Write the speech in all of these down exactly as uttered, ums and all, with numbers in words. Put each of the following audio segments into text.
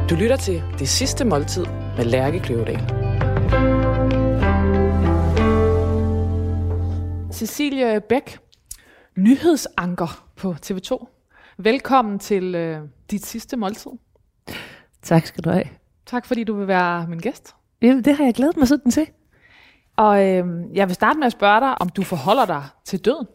Du lytter til Det Sidste Måltid med Lærke Kløvedal. Cecilie Bæk, nyhedsanker på T V to. Velkommen til øh, Dit Sidste Måltid. Tak skal du have. Tak fordi du vil være min gæst. Jamen, det har jeg glædet mig sådan til. Og øh, jeg vil starte med at spørge dig, om du forholder dig til døden.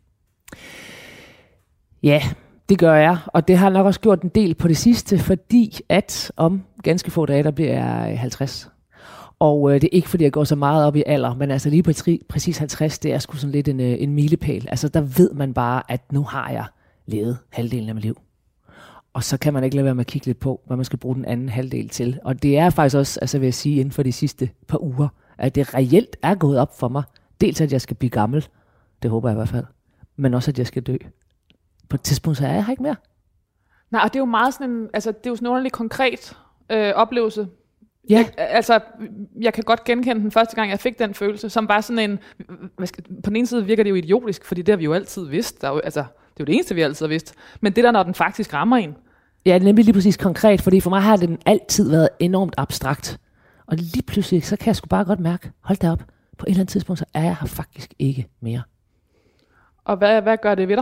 Ja, det gør jeg, og det har jeg nok også gjort en del på det sidste, fordi at om ganske få dage, der bliver jeg halvtreds. Og øh, det er ikke, fordi jeg går så meget op i alder, men altså lige på tri- præcis halvtreds, det er sgu sådan lidt en, øh, en milepæl. Altså der ved man bare, at nu har jeg levet halvdelen af mit liv. Og så kan man ikke lade være med at kigge lidt på, hvad man skal bruge den anden halvdel til. Og det er faktisk også, altså vil jeg sige, inden for de sidste par uger, at det reelt er gået op for mig. Dels at jeg skal blive gammel, det håber jeg i hvert fald, men også at jeg skal dø. På et tidspunkt, så er jeg her ikke mere. Nej, og det er jo meget sådan en, altså det er jo sådan en underlig konkret øh, oplevelse. Ja. Jeg, altså, jeg kan godt genkende den første gang, jeg fik den følelse, som bare sådan en, hvad skal, på den ene side virker det jo idiotisk, fordi det har vi jo altid vidst. Der er jo, altså, det er jo det eneste, vi altid har vidst. Men det der, når den faktisk rammer en. Ja, det er nemlig lige præcis konkret, fordi for mig har den altid været enormt abstrakt. Og lige pludselig, så kan jeg sgu bare godt mærke, hold da op, på et eller andet tidspunkt, så er jeg her faktisk ikke mere. Og hvad, hvad gør det ved dig?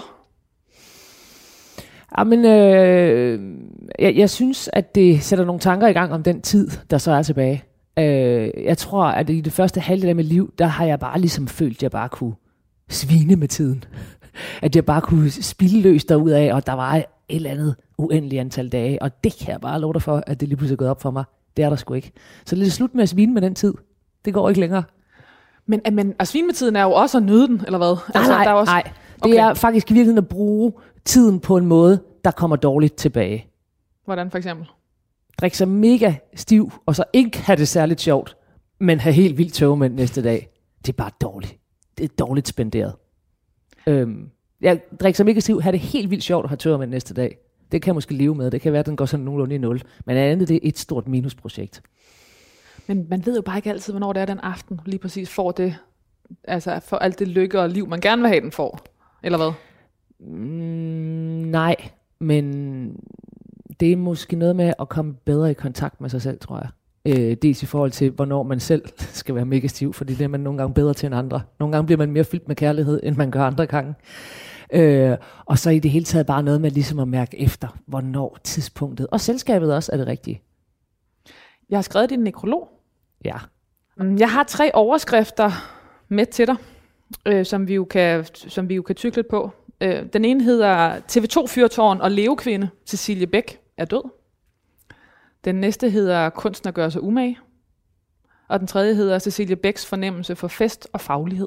Jamen, øh, jeg, jeg synes, at det sætter nogle tanker i gang om den tid, der så er tilbage. Øh, jeg tror, at i det første halvdel af mit liv, der har jeg bare ligesom følt, at jeg bare kunne svine med tiden. At jeg bare kunne spilde løs derudad, og der var et eller andet uendeligt antal dage. Og det kan jeg bare love dig for, at det lige pludselig er gået op for mig. Det er der sgu ikke. Så det er slut med at svine med den tid. Det går ikke længere. Men, men at svine med tiden er jo også at nyde den, eller hvad? Nej, altså, nej, der er også... nej. Det okay. er faktisk i virkeligheden at bruge tiden på en måde, der kommer dårligt tilbage. Hvordan for eksempel? Drik sig mega stiv, og så ikke have det særligt sjovt, men have helt vildt tøvmænd næste dag. Det er bare dårligt. Det er dårligt spenderet. Øhm, jeg drikker sig mega stiv, have det helt vildt sjovt og have tøvmænd næste dag. Det kan jeg måske leve med. Det kan være, at den går sådan nogenlunde i nul. Men andet, det er et stort minusprojekt. Men man ved jo bare ikke altid, hvornår det er den aften, lige præcis får det, altså for alt det lykke og liv, man gerne vil have, den får. Eller hvad? Mm, nej, men det er måske noget med at komme bedre i kontakt med sig selv, tror jeg. Øh, dels i forhold til, hvornår man selv skal være mega stiv, fordi det er man nogle gange bedre til end andre. Nogle gange bliver man mere fyldt med kærlighed, end man gør andre gange. Øh, og så i det hele taget bare noget med ligesom at mærke efter, hvornår tidspunktet, og selskabet også, er det rigtige. Jeg har skrevet din nekrolog. Ja. Jeg har tre overskrifter med til dig, øh, som, vi jo kan, som vi jo kan tygge lidt på. Øh, den ene hedder T V to-fyrtårn og levekvinde Cecilie Bæk er død. Den næste hedder Kunsten at gøre sig umage. Og den tredje hedder Cecilie Bæks fornemmelse for fest og faglighed.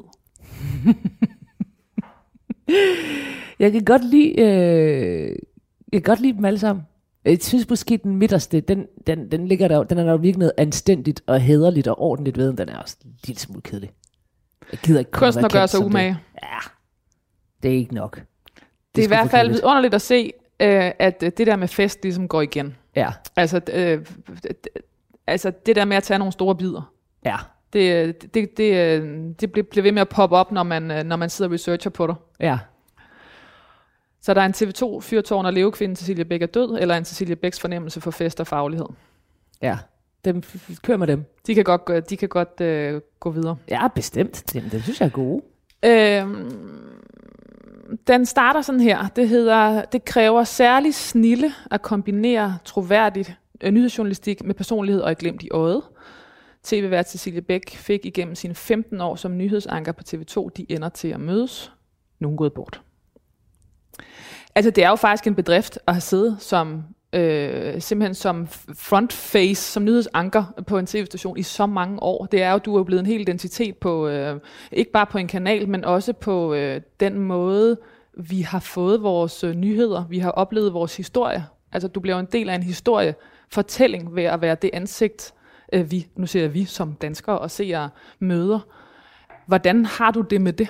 Jeg kan godt lide, øh, jeg kan godt lide dem alle sammen. Jeg synes måske den midterste, den, den, den, ligger der, den er der virkelig noget anstændigt og hæderligt og ordentligt ved, den er også en lille smule kedelig. Jeg gider ikke Kunsten at gøre sig umage. Ja, det er ikke nok. Det, det er i hvert fald underligt at se, øh, at det der med fest ligesom går igen. Ja. Altså, øh, det, altså det der med at tage nogle store bidder. Ja. Det, det, det, det bliver ved med at poppe op, når man, når man sidder og researcher på dig. Ja. Så der er en T V to-fyrtårn og levekvinde Cecilie Bæk er død, eller en Cecilie Bæks fornemmelse for fest og faglighed. Ja, dem, kør med dem. De kan godt, de kan godt øh, gå videre. Ja, bestemt. Det, det synes jeg er gode. Øhm, den starter sådan her. Det hedder, det kræver særlig snilde at kombinere troværdigt øh, nyhedsjournalistik med personlighed og et glimt i øjet. T V-vært Cecilie Bæk fik igennem sine femten år som nyhedsanker på T V to, de ender til at mødes. Nu er hun gået bort. Altså, det er jo faktisk en bedrift at have siddet som, øh, simpelthen som frontface, som nyhedsanker på en tv-station i så mange år. Det er jo, du er jo blevet en hel identitet på, øh, ikke bare på en kanal, men også på øh, den måde, vi har fået vores øh, nyheder, vi har oplevet vores historie. Altså, du bliver jo en del af en historiefortælling ved at være det ansigt, øh, vi, nu ser jeg vi som danskere og seere møder. Hvordan har du det med det?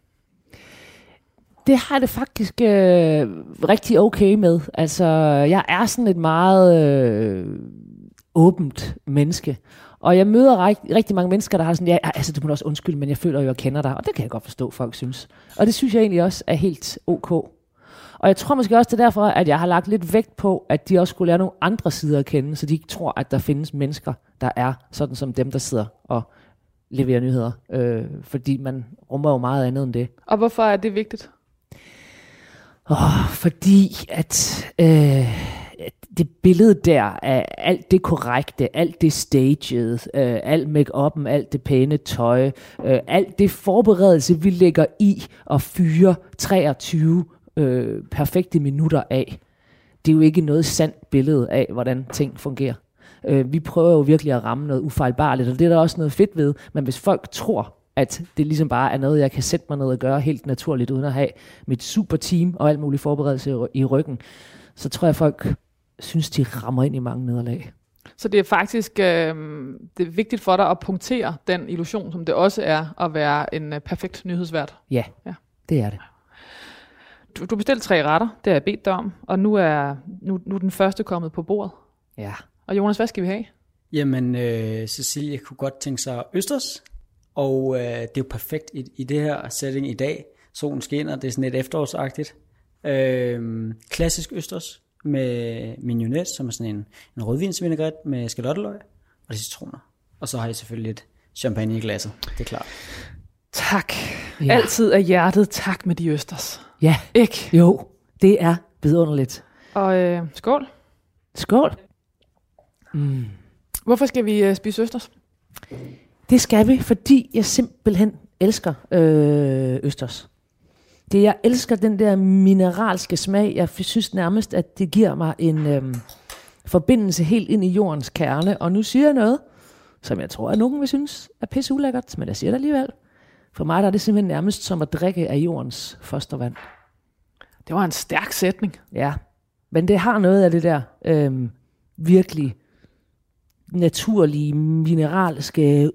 Det har det faktisk øh, rigtig okay med. Altså, jeg er sådan et meget øh, åbent menneske. Og jeg møder rigt, rigtig mange mennesker, der har sådan, ja, altså du må også undskylde, men jeg føler jo, jeg kender dig. Og det kan jeg godt forstå, folk synes. Og det synes jeg egentlig også er helt ok. Og jeg tror måske også, det er derfor, at jeg har lagt lidt vægt på, at de også skulle lære nogle andre sider at kende, så de ikke tror, at der findes mennesker, der er sådan som dem, der sidder og leverer nyheder. Øh, fordi man rummer jo meget andet end det. Og hvorfor er det vigtigt? Oh, fordi at øh, det billede der af alt det korrekte, alt det staged, øh, alt make-up'en, alt det pæne tøj, øh, alt det forberedelse, vi lægger i at fyre treogtyve øh, perfekte minutter af. Det er jo ikke noget sandt billede af, hvordan ting fungerer. Øh, vi prøver jo virkelig at ramme noget ufejlbarligt, og det er der også noget fedt ved, men hvis folk tror, at det ligesom bare er noget, jeg kan sætte mig ned og gøre helt naturligt, uden at have mit super team og alt muligt forberedelse i ryggen, så tror jeg, folk synes, de rammer ind i mange nederlag. Så det er faktisk øh, det er vigtigt for dig at punktere den illusion, som det også er at være en uh, perfekt nyhedsvært. Ja, ja, det er det. Du, du bestilte tre retter, det har jeg bedt dig om, og nu er, nu, nu er den første kommet på bordet. Ja. Og Jonas, hvad skal vi have? Jamen, øh, Cecilie kunne godt tænke sig østers, og øh, det er jo perfekt i, i det her setting i dag. Solen skinner, det er sådan lidt efterårsagtigt. Øh, klassisk østers med mignonette, som er sådan en, en rødvinsvinaigrette med skalotteløg og citroner. Og så har jeg selvfølgelig lidt champagne i glasset, det er klart. Tak. Ja. Altid af hjertet tak med de østers. Ja, ikke? Jo, det er vidunderligt. Og øh, skål. Skål. Mm. Hvorfor skal vi øh, spise østers? Det skal vi, fordi jeg simpelthen elsker øh, østers. Det, jeg elsker den der mineralske smag. Jeg synes nærmest, at det giver mig en øh, forbindelse helt ind i jordens kerne. Og nu siger jeg noget, som jeg tror, at nogen vil synes er pisse ulækkert, men jeg siger det alligevel. For mig der er det simpelthen nærmest som at drikke af jordens fostervand. Det var en stærk sætning. Ja, men det har noget af det der øh, virkelig naturlige, mineralske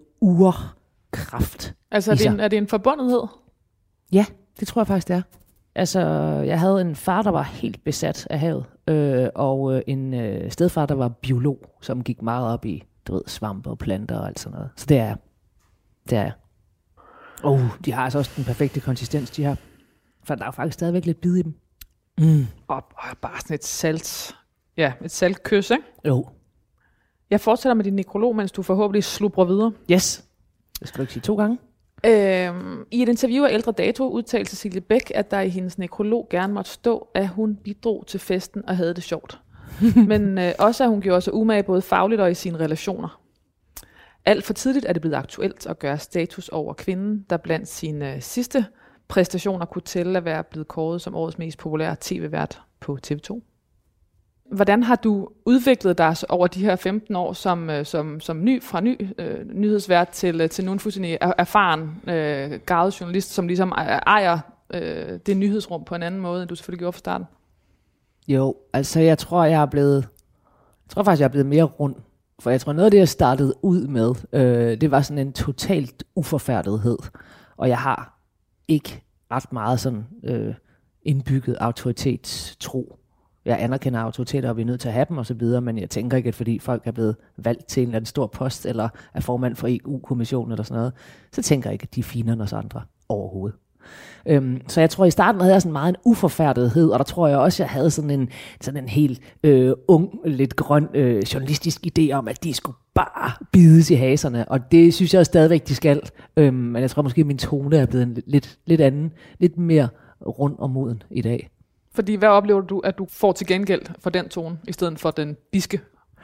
urkraft. Altså er det, en, er det en forbundethed? Ja, det tror jeg faktisk, det er. Altså, jeg havde en far, der var helt besat af havet, øh, og øh, en øh, stedfar, der var biolog, som gik meget op i, du ved, svampe og planter og alt sådan noget. Så det er det er jeg. Og uh, de har altså også den perfekte konsistens, de har. For der er faktisk stadigvæk lidt bid i dem. Mm. Og, og bare sådan et salt, ja, et saltkys, ikke? Jo. Jeg fortsætter med din nekrolog, mens du forhåbentlig slubrer videre. Yes. Det skal du ikke sige to gange. Øhm, I et interview af Ældre Dato udtalte Cecilie Bæk, at der i hendes nekrolog gerne måtte stå, at hun bidrog til festen og havde det sjovt. Men øh, også at hun gjorde sig umage både fagligt og i sine relationer. Alt for tidligt er det blevet aktuelt at gøre status over kvinden, der blandt sine øh, sidste præstationer kunne tælle at være blevet kåret som årets mest populære tv-vært på T V to. Hvordan har du udviklet dig over de her femten år som, som, som ny, fra ny øh, nyhedsvært til, til nu en fuldstændig erfaren, øh, garvet journalist, som ligesom ejer øh, det nyhedsrum på en anden måde, end du selvfølgelig gjorde fra starten? Jo, altså jeg tror, jeg er blevet, jeg tror faktisk, jeg er blevet mere rund. For jeg tror, noget af det, jeg startede ud med, øh, det var sådan en totalt uforfærdighed. Og jeg har ikke ret meget sådan øh, indbygget autoritetstro. Jeg anerkender autoriteter, og vi er nødt til at have dem osv., men jeg tænker ikke, at fordi folk er blevet valgt til en eller anden stor post, eller er formand for E U-kommissionen eller sådan noget, så tænker jeg ikke, at de er finere end os andre overhovedet. Øhm, så jeg tror, i starten havde jeg sådan meget en uforfærdighed, og der tror jeg også, jeg havde sådan en, sådan en helt øh, ung, lidt grøn øh, journalistisk idé om, at de skulle bare bides i haserne, og det synes jeg stadigvæk, de skal. Øhm, men jeg tror måske, at min tone er blevet en lidt, lidt anden, lidt mere rund og moden i dag. Fordi hvad oplever du, at du får til gengæld for den tone, i stedet for den biske?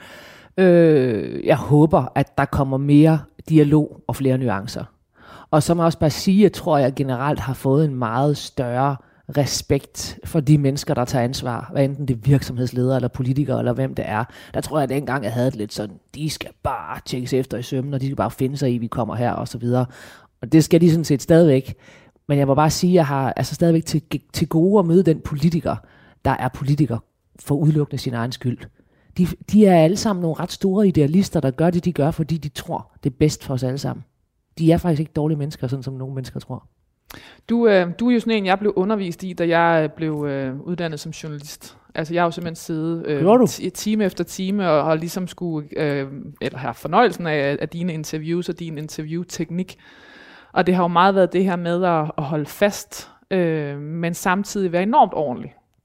Øh, jeg håber, at der kommer mere dialog og flere nuancer. Og så må jeg også bare sige, at jeg tror, at jeg generelt har fået en meget større respekt for de mennesker, der tager ansvar. Hvad enten det er virksomhedsledere eller politikere eller hvem det er. Der tror jeg, at dengang jeg havde det lidt sådan, de skal bare tjekkes efter i sømmen, og de skal bare finde sig i, vi kommer her og så videre. Og det skal de sådan set stadigvæk. Men jeg må bare sige, at jeg har altså stadigvæk til, til gode at møde den politiker, der er politiker for udelukkende sin egen skyld. De, de er alle sammen nogle ret store idealister, der gør det, de gør, fordi de tror, det er bedst for os alle sammen. De er faktisk ikke dårlige mennesker, sådan som nogle mennesker tror. Du, øh, du er jo sådan en, jeg blev undervist i, da jeg blev øh, uddannet som journalist. Altså jeg har jo simpelthen siddet øh, t- time efter time og har ligesom skulle, øh, eller har fornøjelsen af, af dine interviews og din interviewteknik. Og det har jo meget været det her med at, at holde fast, øh, men samtidig være enormt ordentlig.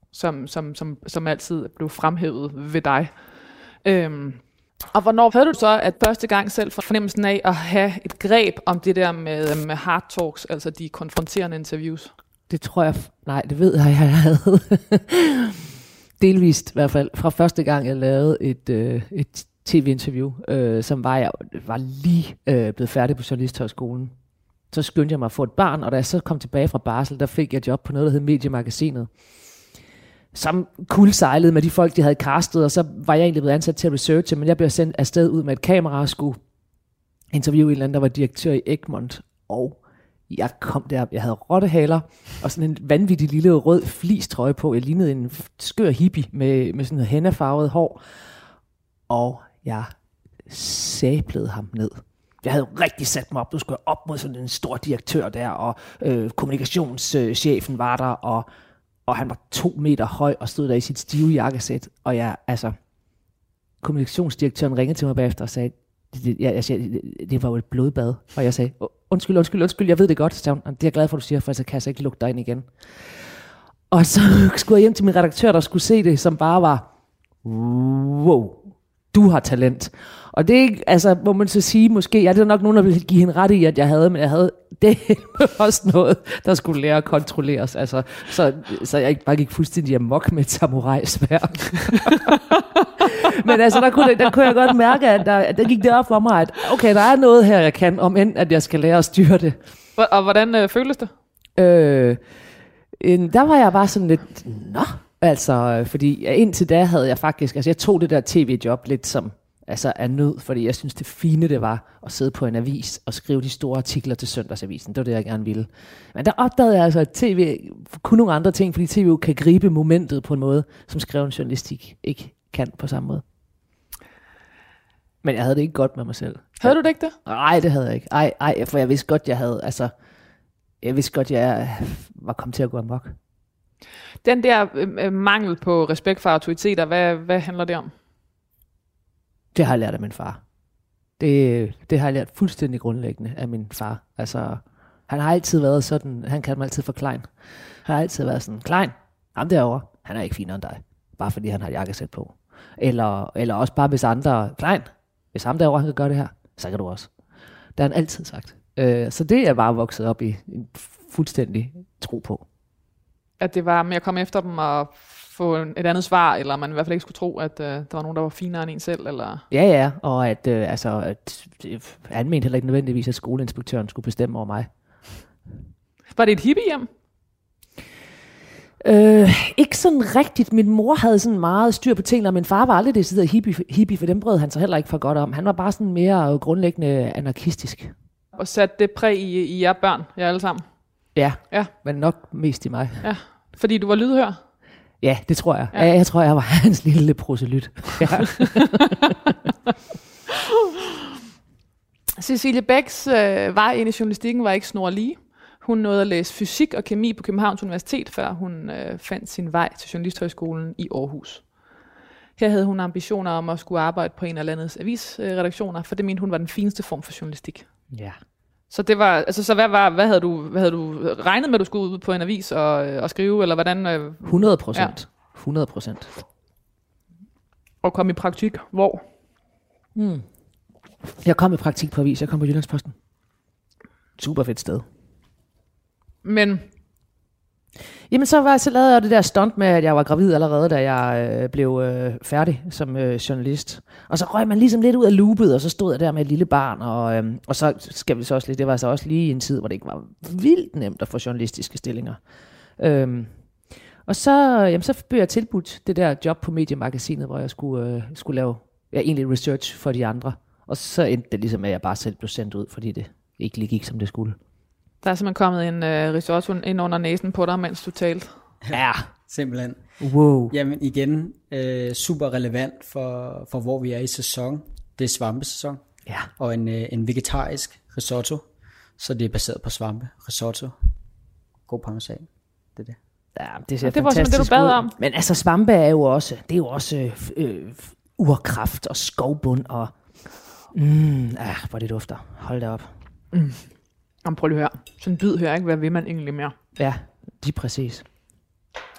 som, som, som, som altid blev fremhævet ved dig. Øhm, og hvornår havde du så at første gang selv fornemmelsen af at have et greb om det der med, med hard talks, altså de konfronterende interviews? Det tror jeg, nej, det ved jeg, jeg havde. Delvist i hvert fald, fra første gang jeg lavede et, øh, et tv-interview, øh, som var jeg var lige øh, blevet færdig på Journalisthøjskolen. Så skyndte jeg mig at få et barn, og da jeg så kom tilbage fra barsel, der fik jeg job på noget, der hed Mediemagasinet, som kuldsejlede med de folk, de havde castet, og så var jeg egentlig blevet ansat til at researche, men jeg blev sendt afsted ud med et kamera og skulle interviewe en eller anden, der var direktør i Egmont, og jeg kom der, jeg havde rottehaler, og sådan en vanvittig lille rød flistrøje på, jeg lignede en skør hippie med, med sådan noget hennefarvet hår, og jeg sablede ham ned. Jeg havde rigtig sat mig op, du skulle op mod sådan en stor direktør der, og øh, kommunikationschefen var der, og, og han var to meter høj, og stod der i sit stive jakkesæt, og jeg, altså, kommunikationsdirektøren ringede til mig bagefter og sagde, det, jeg, jeg sagde, det, det var jo et blodbad, og jeg sagde, undskyld, undskyld, undskyld, jeg ved det godt, så hun, det er jeg glad for, du siger, for så kan jeg så ikke lukke dig ind igen. Og så skulle jeg hjem til min redaktør, der skulle se det, som bare var, wow, du har talent. Og det er ikke, altså, må man så sige, måske, ja, det er nok nogen, der vil give hende ret i, at jeg havde, men jeg havde det også noget, der skulle lære at kontrolleres, altså, så, så jeg ikke bare gik fuldstændig amok med et samurai-sværd. Men altså, der kunne, der kunne jeg godt mærke, at der, der gik det op for mig, at okay, der er noget her, jeg kan, om end, at jeg skal lære at styre det. Og hvordan øh, føles det? Øh, en, der var jeg bare sådan lidt, nå, altså, fordi indtil da havde jeg faktisk, altså jeg tog det der tv-job lidt som, altså af nød, fordi jeg synes det fine det var at sidde på en avis og skrive de store artikler til Søndagsavisen. Det var det, jeg gerne ville. Men der opdagede jeg altså, at tv kunne nogle andre ting, fordi tv kan gribe momentet på en måde, som skreven journalistik ikke kan på samme måde. Men jeg havde det ikke godt med mig selv. Havde du det ikke det? Nej, det havde jeg ikke. Ej, ej, for jeg vidste godt, jeg havde, altså, jeg vidste godt, jeg var kommet til at gå amok. Den der øh, mangel på respekt for autoriteter, hvad, hvad handler det om? Det har jeg lært af min far. Det, det har jeg lært fuldstændig grundlæggende af min far. Altså, han har altid været sådan, han kan mig altid for Klein. Han har altid været sådan, Klein, ham derovre, han er ikke finere end dig. Bare fordi han har et jakkesæt på. Eller, eller også bare hvis andre, Klein, hvis ham derovre, han kan gøre det her, så kan du også. Det har han altid sagt. Øh, så det er jeg bare vokset op i en fuldstændig tro på. At det var med at komme efter dem og få et andet svar, eller man i hvert fald ikke skulle tro, at øh, der var nogen, der var finere end en selv? Eller? Ja, ja, og at, øh, altså, at han mente heller ikke nødvendigvis, at skoleinspektøren skulle bestemme over mig. Var det et hippiehjem? Øh, ikke sådan rigtigt. Min mor havde sådan meget styr på tingene, og min far var aldrig decideret hippie, hippie, for dem brød han sig heller ikke for godt om. Han var bare sådan mere grundlæggende anarkistisk. Og satte det præg i, i jer børn, jer alle sammen? Ja, ja, men nok mest i mig. Ja, fordi du var lydhør? Ja, det tror jeg. Ja. Ja, jeg tror, jeg var hans lille proselyt. Ja. Cecilie Becks øh, vej ind i journalistikken var ikke snorlige. Hun nåede at læse fysik og kemi på Københavns Universitet, før hun øh, fandt sin vej til Journalisthøjskolen i Aarhus. Her havde hun ambitioner om at skulle arbejde på en af landets avisredaktioner, for det mente hun var den fineste form for journalistik. Ja. Så det var, altså så hvad var, hvad havde du, hvad havde du regnet med, at du skulle ud på en avis og, og skrive, eller hvordan? Øh, hundrede procent. Ja. hundrede procent. Og kom i praktik, hvor? Hmm. Jeg kom i praktik på avis, jeg kom på Jyllandsposten. Super fedt sted. Men? Jamen så, var, så lavede jeg det der stunt med, at jeg var gravid allerede, da jeg øh, blev øh, færdig som øh, journalist. Og så røg man ligesom lidt ud af loopet, og så stod jeg der med et lille barn. Og, øh, og så skal vi så også lidt, det var så også lige i en tid, hvor det ikke var vildt nemt at få journalistiske stillinger. Øhm, og så, jamen, så blev jeg tilbudt det der job på Mediemagasinet, hvor jeg skulle, øh, skulle lave ja, egentlig research for de andre. Og så endte det ligesom, at jeg bare selv blev sendt ud, fordi det ikke lige gik, som det skulle. Der er simpelthen kommet en øh, risotto ind under næsen på dig, mens du talte. Ja, simpelthen. Wow. Jamen igen, øh, super relevant for, for hvor vi er i sæson. Det er svampesæson. Ja. Og en, øh, en vegetarisk risotto. Så det er baseret på svampe. Risotto. God parmesan. Det er det. Ja, det ser det var simpelthen det, du bad ud. om. Men altså svampe er jo også, det er jo også øh, øh, urkraft og skovbund og mm, ah, hvor det dufter. Hold da op. Mm. Jamen, prøv lige at høre. Sådan en bid her, ikke? Hvad vil man egentlig mere? Ja, de præcis.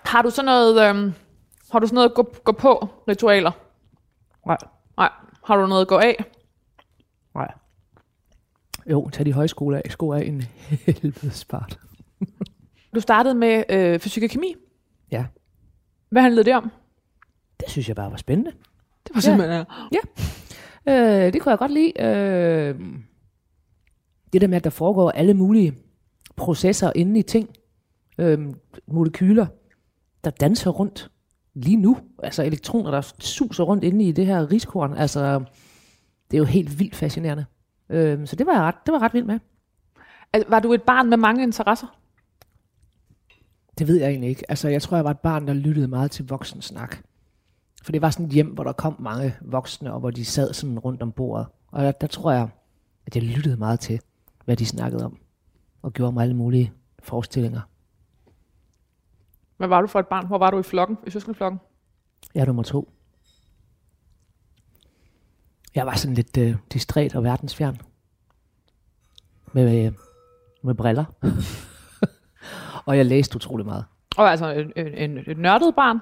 Har du sådan noget, øhm, har du sådan noget gå, gå på ritualer? Nej. Nej. Har du noget gå af? Nej. Jo, tag de højskole af. Sko af en helvedes fart. Du startede med øh, fysik og kemi. Ja. Hvad handlede det om? Det synes jeg bare var spændende. Det var simpelthen... Ja. ja. Øh, det kunne jeg godt lide. Øh, det der med, at der foregår alle mulige processer inde i ting. Øh, molekyler, der danser rundt lige nu. Altså elektroner, der suser rundt inde i det her riskorn. Altså, det er jo helt vildt fascinerende. Øh, så det var jeg ret, det var ret vildt med. Altså, var du et barn med mange interesser? Det ved jeg egentlig ikke. Altså, jeg tror, jeg var et barn, der lyttede meget til voksensnak. For det var sådan et hjem, hvor der kom mange voksne, og hvor de sad sådan rundt om bordet. Og der, der tror jeg, at jeg lyttede meget til, hvad de snakkede om. Og gjorde mig alle mulige forestillinger. Hvad var du for et barn? Hvor var du i flokken? I søskendeflokken? Jeg er nummer to. Jeg var sådan lidt øh, distræt og verdensfjern. Med, øh, med briller. Og jeg læste utrolig meget. Og altså en, en, et nørdet barn?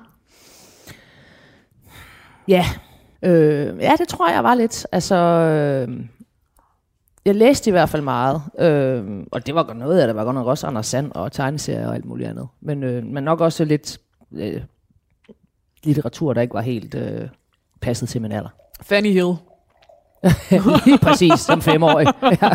Ja, øh, ja, det tror jeg var lidt. Altså, øh, jeg læste i hvert fald meget, øh, og det var noget af det, var godt nok også Anders Sand og tegneserier og alt muligt andet. Men, øh, men nok også lidt øh, litteratur, der ikke var helt øh, passet til min alder. Fanny Hill. Lige præcis, som femårig. Ja.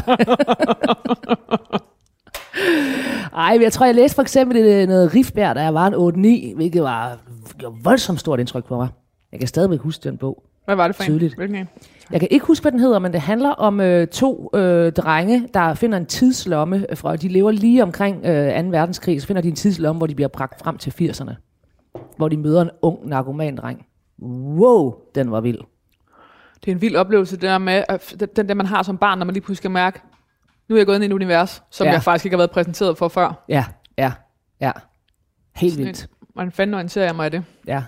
Ej, jeg tror, jeg læste for eksempel noget Rifbjerg, da jeg var en otte ni, hvilket var et voldsomt stort indtryk på mig. Jeg kan stadigvæk huske den bog. Hvad var det for tydeligt. en? Hvilken en? Jeg kan ikke huske, hvad den hedder, men det handler om øh, to øh, drenge, der finder en tidslomme fra, de lever lige omkring øh, anden verdenskrig, så finder de en tidslomme, hvor de bliver bragt frem til firserne, hvor de møder en ung narkomandreng. Wow, den var vild. Det er en vild oplevelse, det der med, at den der man har som barn, når man lige pludselig skal mærke, nu er jeg gået ind i et univers, som ja. jeg faktisk ikke har været præsenteret for før. Ja, ja, ja. Helt Sådan vildt. Et, hvordan fanden orienterer jeg mig i det? Ja.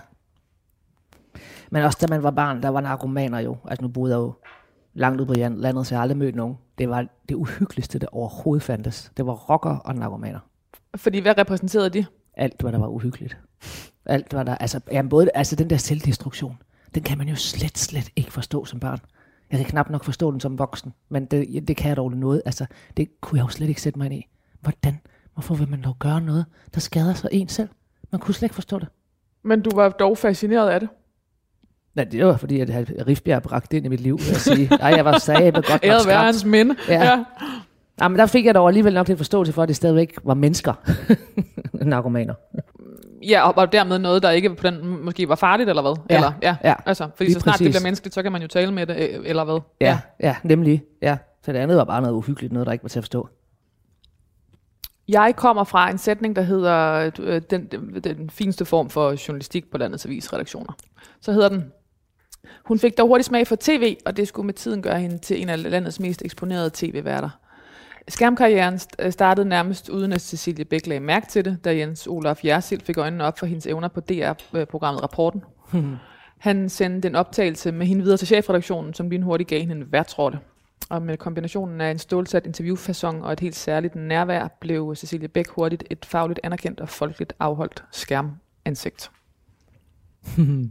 Men også da man var barn, der var narkomaner jo. Altså nu boede jeg jo langt ude på landet, så jeg har aldrig mødt nogen. Det var det uhyggeligste, der overhovedet fandtes. Det var rocker og narkomaner. Fordi hvad repræsenterede de? Alt, hvad der var uhyggeligt. Alt, hvad der... Altså, jamen, både, altså den der selvdestruktion, den kan man jo slet, slet ikke forstå som barn. Jeg kan knap nok forstå den som voksen, men det, det kan jeg dog noget. Altså, det kunne jeg jo slet ikke sætte mig ind i. Hvordan? Hvorfor vil man dog gøre noget, der skader sig en selv? Man kunne slet ikke forstå det. Men du var dog fascineret af det? Nej, det var fordi, at Rifbjerg bragte ind i mit liv, vil jeg sige. Ej, jeg var sabe godt nok skræmt. Være hans minde. Ja. ja. Ja, men der fik jeg dog alligevel nok lidt forståelse for, at det stadigvæk var mennesker. Narkomaner. Ja, og, og dermed noget, der ikke på den, måske var farligt, eller hvad? Ja, eller, ja. ja. Altså, fordi Lige så snart præcis. det bliver menneskeligt, så kan man jo tale med det, eller hvad? Ja, ja, ja, nemlig. Ja. Så det andet var bare noget uhyggeligt, noget, der ikke var til at forstå. Jeg kommer fra en sætning, der hedder øh, den, den, den fineste form for journalistik på landets avisredaktioner. Så hedder den: hun fik dog hurtigt smag for tv, og det skulle med tiden gøre hende til en af landets mest eksponerede tv-værter. Skærmkarrieren startede nærmest uden at Cecilie Bæk lagde mærke til det, da Jens Olaf Jersild fik øjnene op for hendes evner på D R-programmet Rapporten. Hmm. Han sendte en optagelse med hende videre til chefredaktionen, som lynhurtigt gav hende en værtsrolle. Og med kombinationen af en stålsat interviewfacon og et helt særligt nærvær, blev Cecilie Bæk hurtigt et fagligt anerkendt og folkeligt afholdt skærmansigt. Hmm.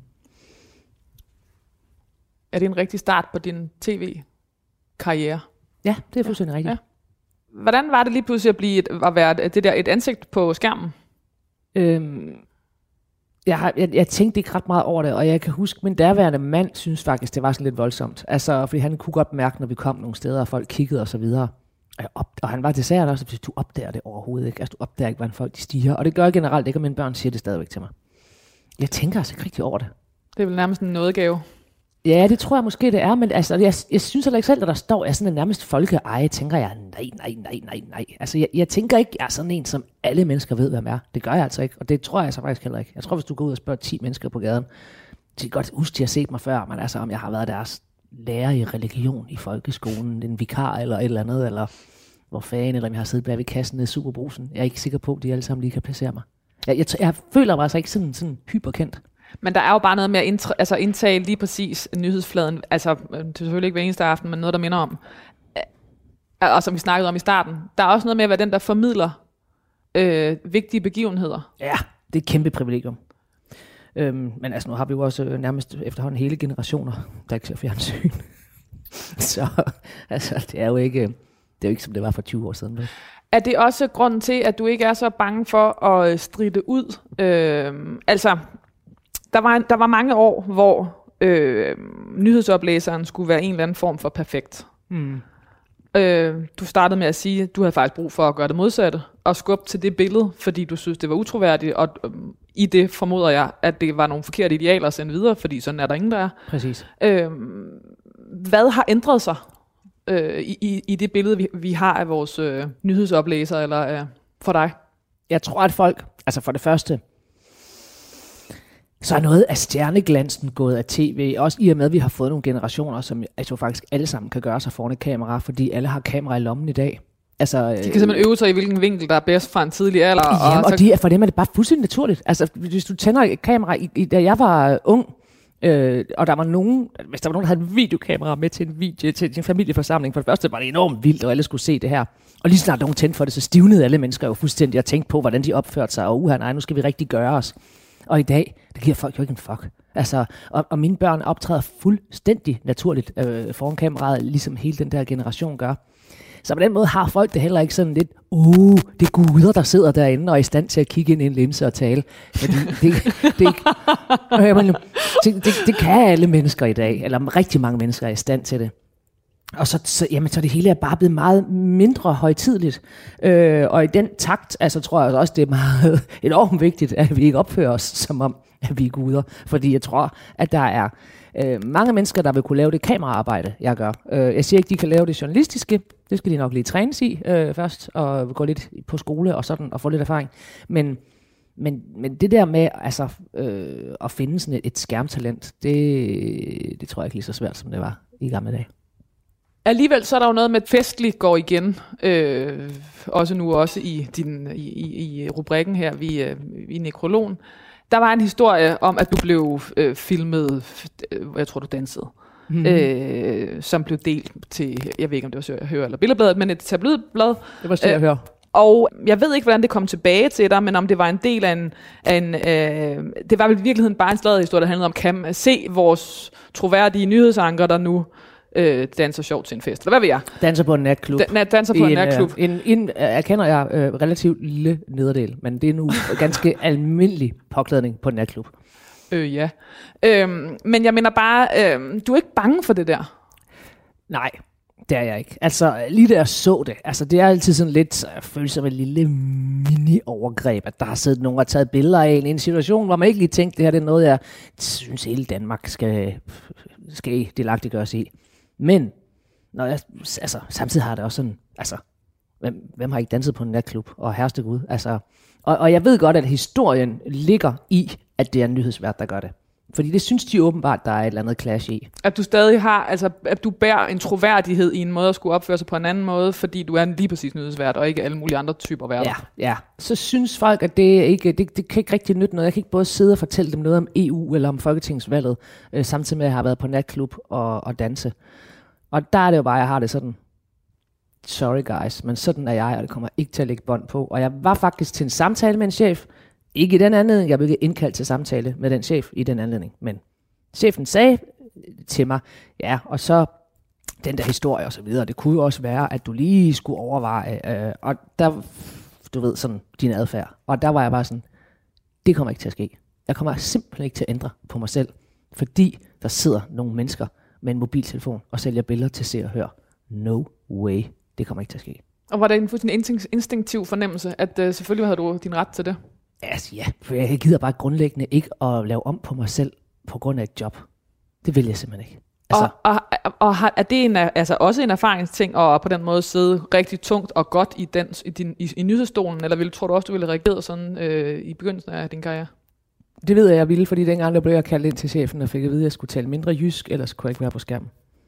Er det en rigtig start på din tv-karriere? Ja, det er fuldstændig rigtigt. Ja. Hvordan var det lige pludselig at blive et, at være det der et ansigt på skærmen? Øhm, jeg, har, jeg, jeg tænkte ikke ret meget over det, og jeg kan huske, min daværende mand synes faktisk, det var sådan lidt voldsomt. Altså, fordi han kunne godt mærke, når vi kom nogle steder, og folk kiggede og så videre. Og, op, og han var til særet også, at du opdager det overhovedet ikke. Altså, du opdager ikke, hvordan folk de stiger. Og det gør jeg generelt ikke, og mine børn siger det stadigvæk til mig. Jeg tænker altså ikke rigtig over det. Det er vel nærmest en nådegave. Ja, det tror jeg måske, det er, men altså, jeg, jeg synes heller ikke selv, at der står, at jeg er sådan en nærmest folkeeje, tænker jeg, nej, nej, nej, nej, nej. Altså, jeg, jeg tænker ikke, jeg er sådan en, som alle mennesker ved, hvem er. Det gør jeg altså ikke, og det tror jeg så faktisk heller ikke. Jeg tror, hvis du går ud og spørger ti mennesker på gaden, de kan godt huske, de har set mig før, men altså, om jeg har været deres lærer i religion i folkeskolen, en vikar eller et eller andet, eller hvor fanden, eller om jeg har siddet bag ved kassen nede i Superbrusen. Jeg er ikke sikker på, at de alle sammen lige kan placere mig. Jeg, jeg, jeg føler mig altså ikke sådan, sådan hyperkendt. Men der er jo bare noget med at indtr- altså indtage lige præcis nyhedsfladen, altså det er selvfølgelig ikke hver eneste aften, men noget, der minder om, og som vi snakkede om i starten. Der er også noget med at være den, der formidler øh, vigtige begivenheder. Ja, det er et kæmpe privilegium. Øhm, men altså, nu har vi jo også øh, nærmest efterhånden hele generationer, der ikke ser fjernsyn. Så altså, det er jo ikke, det er jo ikke, som det var for tyve år siden. Vel? Er det også grunden til, at du ikke er så bange for at stride ud? Øh, altså, der var, der var mange år, hvor øh, nyhedsoplæseren skulle være en eller anden form for perfekt. Mm. Øh, du startede med at sige, at du havde faktisk brug for at gøre det modsatte, og skubbe til det billede, fordi du synes, det var utroværdigt, og øh, i det formoder jeg, at det var nogle forkerte idealer at sende videre, fordi sådan er der ingen, der er. Præcis. Øh, hvad har ændret sig øh, i, i det billede, vi, vi har af vores øh, nyhedsoplæser, eller øh, for dig? Jeg tror, at folk, altså for det første, så er noget af stjerneglansen gået af tv, også i og med, at vi har fået nogle generationer, som jeg tror faktisk alle sammen kan gøre sig foran et kamera, fordi alle har kamera i lommen i dag. Altså, de kan simpelthen øve sig i, hvilken vinkel, der er bedst fra en tidlig alder. Jamen, og, og de, for dem er det bare fuldstændig naturligt. Altså, hvis du tænder et kamera, i, i, da jeg var ung, øh, og der var nogen, hvis der var nogen, der havde en videokamera med til en, video, til en familieforsamling, for det første var det enormt vildt, og alle skulle se det her. Og lige snart nogen tændte for det, så stivnede alle mennesker jo fuldstændig og tænkte på, hvordan de opførte sig, og uha, nej, nu skal vi rigtig gøre os. Og i dag, det giver folk jo ikke en fuck. Altså, og, og mine børn optræder fuldstændig naturligt øh, foran kameraet, ligesom hele den der generation gør. Så på den måde har folk det heller ikke sådan lidt, uh, det er guder, der sidder derinde og er i stand til at kigge ind i en linse og tale. Fordi det, det, det, det, det, det kan alle mennesker i dag, eller rigtig mange mennesker er i stand til det. Og så, så, jamen, så det hele er bare blevet meget mindre højtideligt. Øh, og i den takt, altså, tror jeg også, det er meget enormt vigtigt, at vi ikke opfører os som om, at vi er guder. Fordi jeg tror, at der er øh, mange mennesker, der vil kunne lave det kameraarbejde, jeg gør. Øh, jeg siger ikke, de kan lave det journalistiske. Det skal de nok lige trænes i øh, først, og gå lidt på skole og sådan, og få lidt erfaring. Men, men, men det der med altså, øh, at finde sådan et, et skærmtalent, det, det tror jeg ikke lige så svært, som det var i gamle dage. Alligevel så er der jo noget med, at festligt går igen, øh, også nu også i, din, i, i, i rubrikken her, vi, øh, i nekrologen. Der var en historie om, at du blev øh, filmet, øh, jeg tror du dansede, mm-hmm. øh, som blev delt til, jeg ved ikke om det var Hør eller Billedbladet, men et tabloidblad. Det var Hør. Øh, og jeg ved ikke, hvordan det kom tilbage til dig, men om det var en del af en, af en øh, det var vel i virkeligheden bare en sladderhistorie, der handlede om, kan se vores troværdige nyhedsanker, der nu Øh, danser sjovt til en fest. Hvad ved jeg? Danser på en natklub. Da, danser på en, en natklub. Øh, en, en, erkender jeg øh, relativt lille nederdel, men det er nu ganske almindelig påklædning på en natklub. Øh, ja. Øhm, men jeg mener bare, øh, du er ikke bange for det der? Nej, det er jeg ikke. Altså, lige da jeg så det, altså det er altid sådan lidt, jeg føler som et lille mini-overgreb, at der har siddet nogen og taget billeder af en, en situation, hvor man ikke lige tænkte, det her det er noget, jeg synes hele Danmark skal, skal delagtiggøres i. Men når jeg, altså, samtidig har det også sådan, altså, hvem, hvem har ikke danset på en natklub, og herreste Gud, altså, og, og jeg ved godt, at historien ligger i, at det er en nyhedsvært, der gør det. Fordi det synes de åbenbart, der er et eller andet clash i. At du stadig har, altså, at du bærer en troværdighed i en måde at skulle opføre sig på en anden måde, fordi du er en lige præcis nyhedsvært, og ikke alle mulige andre typer værter. Ja, ja. Så synes folk, at det ikke, det, det kan ikke rigtig nytte noget. Jeg kan ikke både sidde og fortælle dem noget om E U eller om folketingsvalget, øh, samtidig med at jeg har været på natklub og, og danse. Og der er det jo bare, jeg har det sådan, sorry guys, men sådan er jeg, og det kommer ikke til at lægge bånd på. Og jeg var faktisk til en samtale med en chef, ikke i den anledning, jeg blev ikke indkaldt til samtale med den chef i den anledning, men chefen sagde til mig, ja, og så den der historie og så videre, det kunne jo også være, at du lige skulle overveje, øh, og der, du ved, sådan din adfærd. Og der var jeg bare sådan, det kommer ikke til at ske. Jeg kommer simpelthen ikke til at ændre på mig selv, fordi der sidder nogle mennesker med en mobiltelefon og sælger billeder til Se og Hør. No way. Det kommer ikke til at ske. Og var det en fuldstændig instinktiv fornemmelse, at uh, selvfølgelig havde du din ret til det? Altså, ja, for jeg gider bare grundlæggende ikke at lave om på mig selv på grund af et job. Det vil jeg simpelthen ikke. Altså. Og, og, og er det en, altså også en erfaringsting at på den måde sidde rigtig tungt og godt i, den, i, din, i, i nyhedsstolen, eller vil, tror du også, du ville reagere sådan øh, i begyndelsen af din karriere? Det ved jeg, jeg ville, fordi dengang der blev jeg kaldt ind til chefen og fik at vide, at jeg skulle tale mindre jysk, ellers kunne jeg ikke være på skærmen.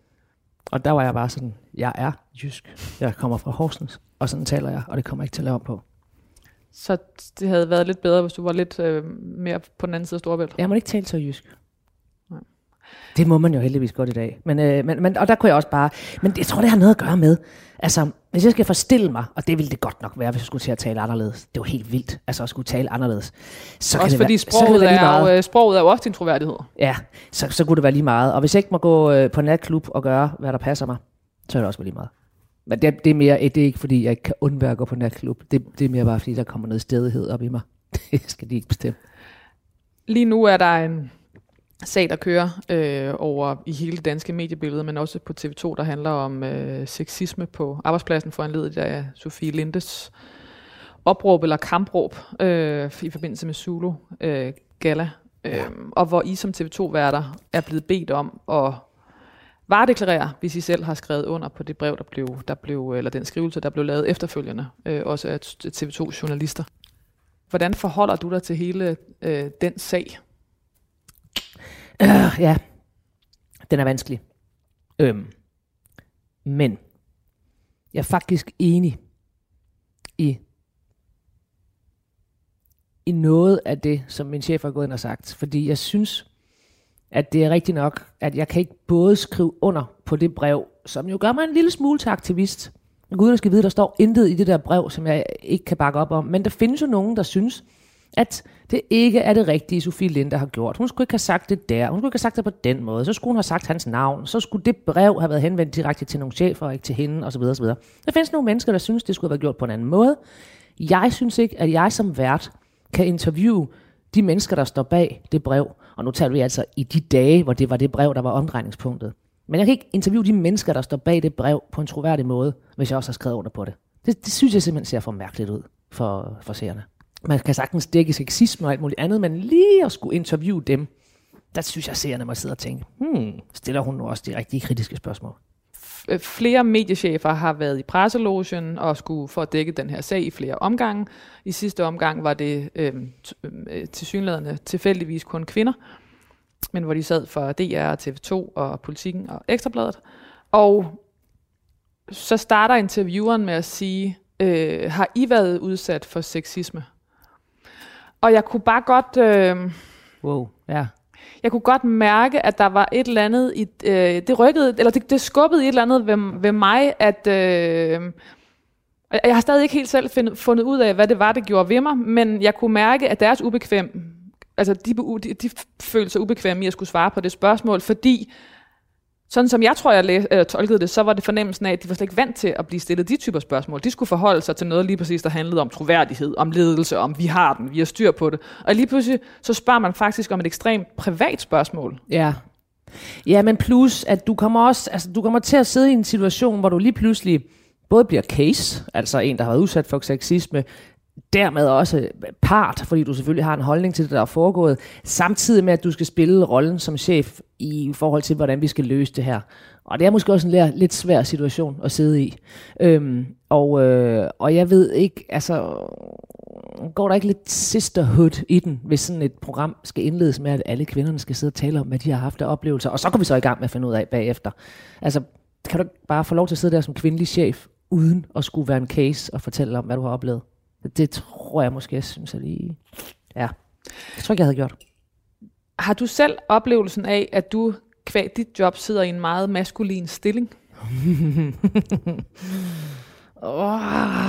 Og der var jeg bare sådan, jeg er jysk. Jeg kommer fra Horsens, og sådan taler jeg, og det kommer jeg ikke til at lave om på. Så det havde været lidt bedre, hvis du var lidt øh, mere på den anden side af Storebælt? Jeg må ikke tale så jysk. Nej. Det må man jo heldigvis godt i dag. Men, øh, men, men, og der kunne jeg også bare... Men jeg tror, det har noget at gøre med... Altså, hvis jeg skal forstille mig, og det ville det godt nok være, hvis jeg skulle til at tale anderledes. Det var helt vildt, altså at skulle tale anderledes. Så også kan fordi være, sproget, det er jo, sproget er jo også din troværdighed. Ja, så, så kunne det være lige meget. Og hvis jeg ikke må gå øh, på natklub og gøre, hvad der passer mig, så er det også lige meget. Men det, det er mere, det er ikke fordi, jeg ikke kan undvære at gå på natklub. Det, det er mere bare fordi, der kommer noget stedighed op i mig. Det skal de ikke bestemme. Lige nu er der en sag, der kører øh, over i hele det danske mediebillede, men også på T V to, der handler om øh, sexisme på arbejdspladsen, foranlediget af Sofie Lindes opråb eller kampråb øh, i forbindelse med Zulu øh, Gala, øh, ja. Og hvor I som T V to-værter er blevet bedt om at varedeklarere, hvis I selv har skrevet under på det brev, der blev, der blev eller den skrivelse, der blev lavet efterfølgende, øh, også af T V to-journalister. Hvordan forholder du dig til hele øh, den sag? Uh, ja, den er vanskelig. Øhm. Men jeg er faktisk enig i, i noget af det, som min chef har gået ind og sagt. Fordi jeg synes, at det er rigtigt nok, at jeg kan ikke både skrive under på det brev, som jo gør mig en lille smule til aktivist. Gud skal vide, der står intet i det der brev, som jeg ikke kan bakke op om. Men der findes jo nogen, der synes, at det ikke er det rigtige, Sofie Linde har gjort. Hun skulle ikke have sagt det der. Hun skulle ikke have sagt det på den måde. Så skulle hun have sagt hans navn. Så skulle det brev have været henvendt direkte til nogle chefer, og ikke til hende, osv. osv. Der findes nogle mennesker, der synes, det skulle have været gjort på en anden måde. Jeg synes ikke, at jeg som vært kan interviewe de mennesker, der står bag det brev. Og nu taler vi altså i de dage, hvor det var det brev, der var omdrejningspunktet. Men jeg kan ikke interviewe de mennesker, der står bag det brev på en troværdig måde, hvis jeg også har skrevet under på det. Det, det synes jeg simpelthen ser for mærkeligt ud for, for seerne. Man kan sagtens dække sexisme og alt muligt andet, men lige at skulle interviewe dem, der synes jeg, at seerne må sidde og tænke, hmm, stiller hun nu også de rigtige kritiske spørgsmål? Flere mediechefer har været i presselogen og skulle for at dække den her sag i flere omgange. I sidste omgang var det øh, tilsyneladende tilfældigvis kun kvinder, men hvor de sad for D R, T V to og Politikken og Ekstrabladet. Og så starter intervieweren med at sige, øh, har I været udsat for sexisme? Og jeg kunne bare godt... Øh, wow, ja. Jeg kunne godt mærke, at der var et eller andet i... Øh, det rykkede, eller det, det skubbede i et eller andet ved, ved mig, at... Øh, jeg har stadig ikke helt selv find, fundet ud af, hvad det var, det gjorde ved mig, men jeg kunne mærke, at deres ubekvem... Altså, de, de, de følte sig ubekvemme i at skulle svare på det spørgsmål, fordi... Sådan som jeg tror, jeg læ- øh, tolkede det, så var det fornemmelsen af, at de var slet ikke vant til at blive stillet de typer spørgsmål. De skulle forholde sig til noget lige præcis, der handlede om troværdighed, om ledelse, om vi har den, vi har styr på det. Og lige pludselig, så spørger man faktisk om et ekstremt privat spørgsmål. Ja. Ja, men plus, at du kommer også, altså du kommer til at sidde i en situation, hvor du lige pludselig både bliver case, altså en, der har været udsat for sexisme, dermed også part, fordi du selvfølgelig har en holdning til det, der er foregået, samtidig med, at du skal spille rollen som chef i forhold til, hvordan vi skal løse det her. Og det er måske også en lidt svær situation at sidde i. Øhm, og, øh, og jeg ved ikke, altså, går der ikke lidt sisterhood i den, hvis sådan et program skal indledes med, at alle kvinderne skal sidde og tale om, hvad de har haft af oplevelser, og så går vi så i gang med at finde ud af bagefter. Altså, kan du bare få lov til at sidde der som kvindelig chef, uden at skulle være en case og fortælle om, hvad du har oplevet? Det tror jeg måske, jeg synes jeg lige... Ja, det tror jeg ikke, jeg havde gjort. Har du selv oplevelsen af, at du kvad dit job sidder i en meget maskulin stilling? oh.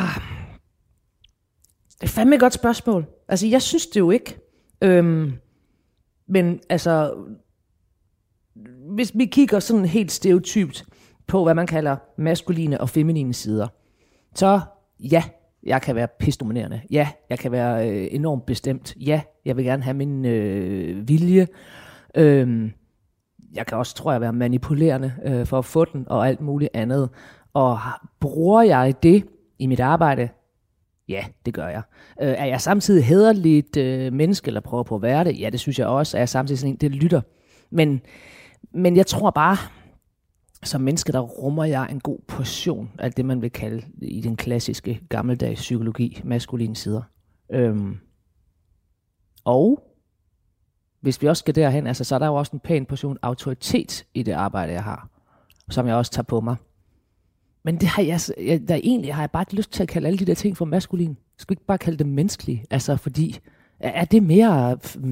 Det er fandme et godt spørgsmål. Altså, jeg synes det jo ikke. Øhm, men altså, hvis vi kigger sådan helt stereotypt på, hvad man kalder maskuline og feminine sider, så ja, jeg kan være pisdominerende. Ja, jeg kan være øh, enormt bestemt. Ja, jeg vil gerne have min øh, vilje. Øhm, jeg kan også, tror jeg, være manipulerende øh, for at få den og alt muligt andet. Og bruger jeg det i mit arbejde? Ja, det gør jeg. Øh, er jeg samtidig hæderligt øh, menneske, eller prøver på at være det? Ja, det synes jeg også. Er jeg samtidig sådan en, det lytter. Men, men jeg tror bare, som menneske, der rummer jeg en god portion af det, man vil kalde i den klassiske gammeldags psykologi, maskuline sider. Øhm. Og hvis vi også skal derhen, altså, så er der jo også en pæn portion autoritet i det arbejde, jeg har, som jeg også tager på mig. Men det har jeg, jeg der egentlig har jeg bare ikke lyst til at kalde alle de der ting for maskulin. Skal vi ikke bare kalde det menneskelige? Altså, fordi er det mere mænd,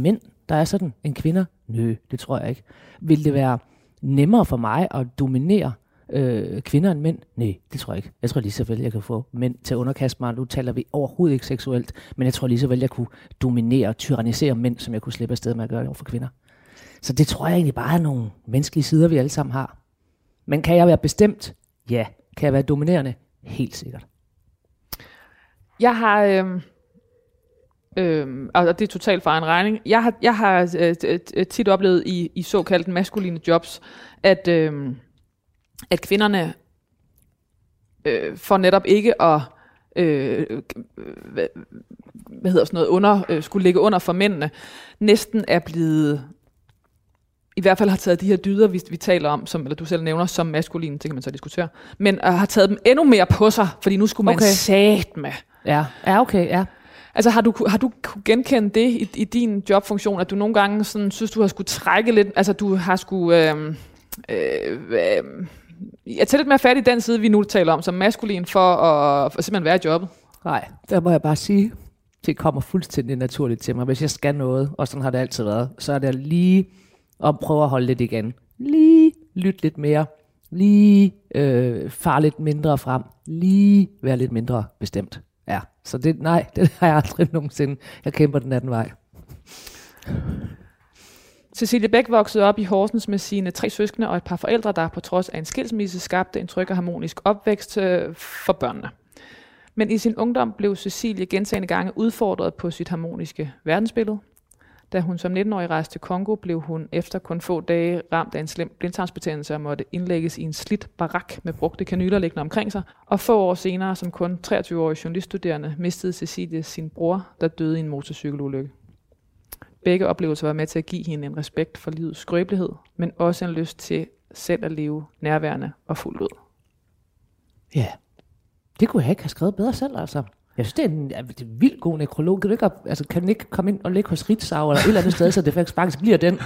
der er sådan en kvinde? Nø, det tror jeg ikke. Vil det være nemmere for mig at dominere øh, kvinder end mænd? Nej, det tror jeg ikke. Jeg tror lige så vel, jeg kan få mænd til at underkaste mig. Nu taler vi overhovedet ikke seksuelt, men jeg tror lige så vel, jeg kunne dominere og tyrannisere mænd, som jeg kunne slippe afsted med at gøre det over for kvinder. Så det tror jeg egentlig bare er nogle menneskelige sider, vi alle sammen har. Men kan jeg være bestemt? Ja. Kan jeg være dominerende? Helt sikkert. Jeg har, øh, øh, og det er totalt for en regning, jeg har, jeg har øh, tit oplevet i, i såkaldte maskuline jobs, at, øh, at kvinderne øh, får netop ikke at øh, hvad, hvad hedder sådan noget, under, øh, skulle ligge under for mændene, næsten er blevet, i hvert fald har taget de her dyder, vi, vi taler om, som, eller du selv nævner, som maskuline, det kan man så diskutere, men øh, har taget dem endnu mere på sig, fordi nu skulle man Okay. sat med. Ja, ja okay, ja. Altså har du, har du kunne genkende det i, i din jobfunktion, at du nogle gange sådan, synes, du har skulle trække lidt, altså du har skulle øh, øh, øh, jeg tager lidt mere fat i den side, vi nu taler om, som maskulin, for at, for at simpelthen være i jobbet? Nej, der må jeg bare sige, det kommer fuldstændig naturligt til mig. Hvis jeg skal noget, og sådan har det altid været, så er det lige at prøve at holde lidt igen. Lige lytte lidt mere. Lige øh, fare lidt mindre frem. Lige være lidt mindre bestemt. Ja, så det, nej, det har jeg aldrig nogensinde. Jeg kæmper den anden vej. Cecilie Bæk voksede op i Horsens med sine tre søskende og et par forældre, der på trods af en skilsmisse skabte en tryg og harmonisk opvækst øh, for børnene. Men i sin ungdom blev Cecilie gentagne gange udfordret på sit harmoniske verdensbillede. Da hun som nitten-årig rejste til Congo, blev hun efter kun få dage ramt af en slem blindtarmsbetændelse og måtte indlægges i en slidt barak med brugte kanyler liggende omkring sig. Og få år senere, som kun treogtyve-årig journaliststuderende, mistede Cecilie sin bror, der døde i en motorcykelulykke. Begge oplevelser var med til at give hende en respekt for livets skrøbelighed, men også en lyst til selv at leve nærværende og fuldt ud. Ja, det kunne jeg ikke have skrevet bedre selv, altså. Jeg synes, det er en, det er en vildt god nekrolog. Kan du ikke, altså, kan den ikke komme ind og ligge hos Ritzau eller et eller andet sted, så det faktisk bliver den?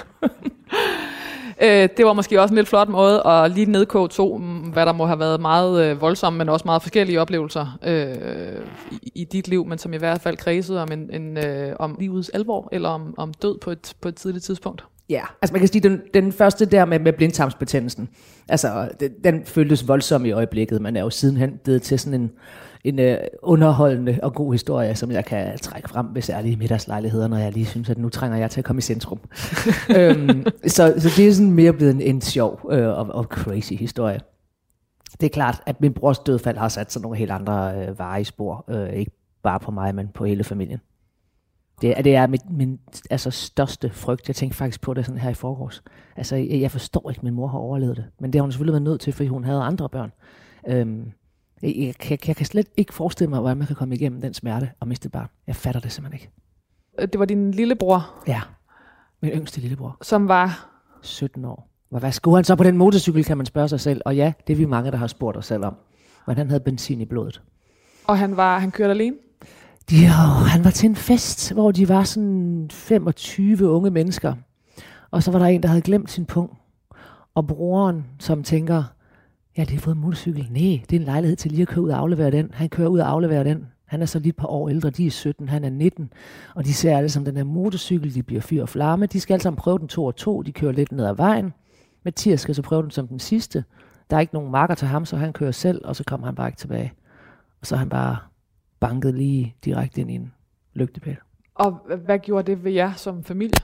øh, det var måske også en lidt flot måde at lige nedkoge to, hvad der må have været meget øh, voldsomme, men også meget forskellige oplevelser øh, i, i dit liv, men som i hvert fald kredsede om, en, en, øh, om livets alvor, eller om, om død på et, på et tidligt tidspunkt. Ja, altså man kan sige, den, den første der med, med blindtarmsbetændelsen, altså den, den føltes voldsom i øjeblikket, men er jo sidenhen blevet til sådan en, en uh, underholdende og god historie, som jeg kan trække frem ved særlige middagslejligheder, når jeg lige synes, at nu trænger jeg til at komme i centrum. øhm, så, så det er sådan mere blevet en, en sjov øh, og, og crazy historie. Det er klart, at min brors dødfald har sat sig nogle helt andre øh, veje i spor, øh, ikke bare på mig, men på hele familien. Det, det er min, min altså, største frygt. Jeg tænkte faktisk på det sådan her i forgårs. Altså, jeg, jeg forstår ikke, at min mor har overlevet det. Men det har hun selvfølgelig været nødt til, fordi hun havde andre børn. Øhm, jeg, jeg, jeg, jeg kan slet ikke forestille mig, hvordan man kan komme igennem den smerte og miste et barn. Jeg fatter det simpelthen ikke. Det var din lillebror? Ja, min yngste lillebror. Som var? sytten år. Hvad skulle han så på den motorcykel, kan man spørge sig selv. Og ja, det er vi mange, der har spurgt os selv om. Men han havde benzin i blodet. Og han, var, han kørte alene? Jo, han var til en fest, hvor de var sådan femogtyve unge mennesker. Og så var der en, der havde glemt sin pung. Og broren, som tænker, jeg har lige fået en motorcykel. Nej, det er en lejlighed til lige at køre ud og aflevere den. Han kører ud og afleverer den. Han er så lige et par år ældre, de er sytten, han er nitten. Og de ser alle som den her motorcykel, de bliver fyr og flamme. De skal alle sammen prøve den to og to, de kører lidt ned ad vejen. Mathias skal så prøve den som den sidste. Der er ikke nogen marker til ham, så han kører selv, og så kommer han bare ikke tilbage. Og så er han bare banket lige direkte ind i en lygtepæl. Og hvad gjorde det ved jer som familie?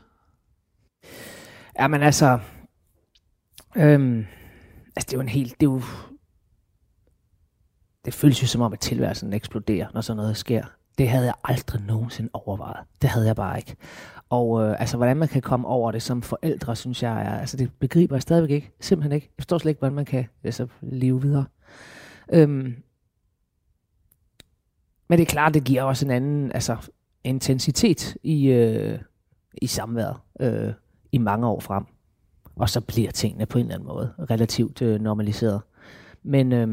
Jamen altså, øhm, altså det er jo en helt, det er jo, det føles jo som om, at tilværelsen eksploderer, når sådan noget sker. Det havde jeg aldrig nogensinde overvejet. Det havde jeg bare ikke. Og øh, altså, hvordan man kan komme over det som forældre, synes jeg er, altså det begriber jeg stadigvæk ikke. Simpelthen ikke. Jeg forstår slet ikke, hvordan man kan altså, leve videre. Øhm, Men det er klart, det giver også en anden altså, intensitet i, øh, i samværet øh, i mange år frem. Og så bliver tingene på en eller anden måde relativt øh, normaliseret. Men, øh,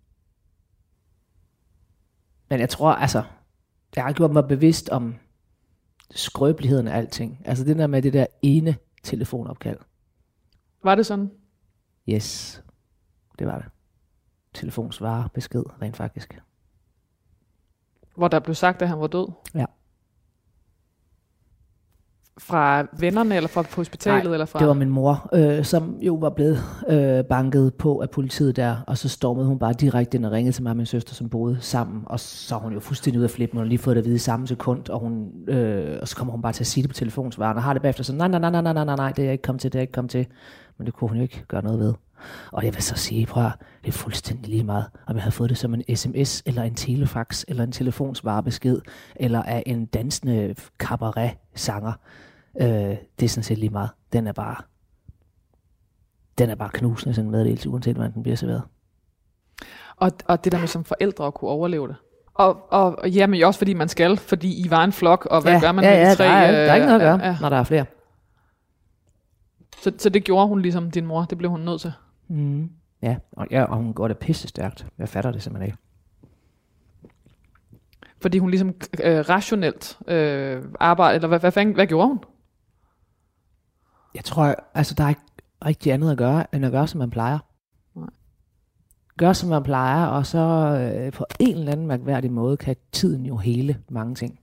men jeg tror, altså, jeg har gjort mig bevidst om skrøbeligheden af alting. Altså det der med det der ene telefonopkald. Var det sådan? Yes, det var det. Telefonsvarer besked, rent faktisk. Hvor der blev sagt, at han var død? Ja. fra vennerne, eller fra på hospitalet? Nej, eller fra... det var min mor, øh, som jo var blevet øh, banket på af politiet der, og så stormede hun bare direkte ind og ringede til mig og min søster, som boede sammen, og så var hun jo fuldstændig ud af flippen, og hun lige fået det at vide i samme sekund, og, hun, øh, og så kommer hun bare til at sige det på telefonsvaren, og har det bagefter sådan, nej, nej, nej, nej, nej, nej, nej, det er jeg ikke kommet til, det er jeg ikke kommet til, men det kunne hun jo ikke gøre noget ved. Og jeg vil så sige, prøv at, det er fuldstændig lige meget, om jeg havde fået det som en sms, eller en telefax, eller en telefonsvarebesked, eller af en dansende cabaret-sanger. Øh, det er sådan set lige meget. Den er bare, den er bare knusende, sådan en meddelelse, uanset hvordan den bliver serveret. Og, og det der med som forældre at kunne overleve det. Og, og, og jamen også fordi man skal, fordi I var en flok, og hvad ja, gør man ja, med ja, de tre? Der er, der er ikke noget at gøre, ja, ja. når der er flere. Så, så det gjorde hun ligesom din mor, det blev hun nødt til? Mm. Ja, og, ja, og hun går det pisse stærkt. Jeg fatter det simpelthen ikke. Fordi hun ligesom øh, rationelt øh, arbejder, eller hvad, hvad, hvad, hvad gjorde hun? Jeg tror, altså der er ikke rigtig andet at gøre, end at gøre, som man plejer. Nej. Gør, som man plejer, og så øh, på en eller anden mærkværdig måde, kan tiden jo hele mange ting.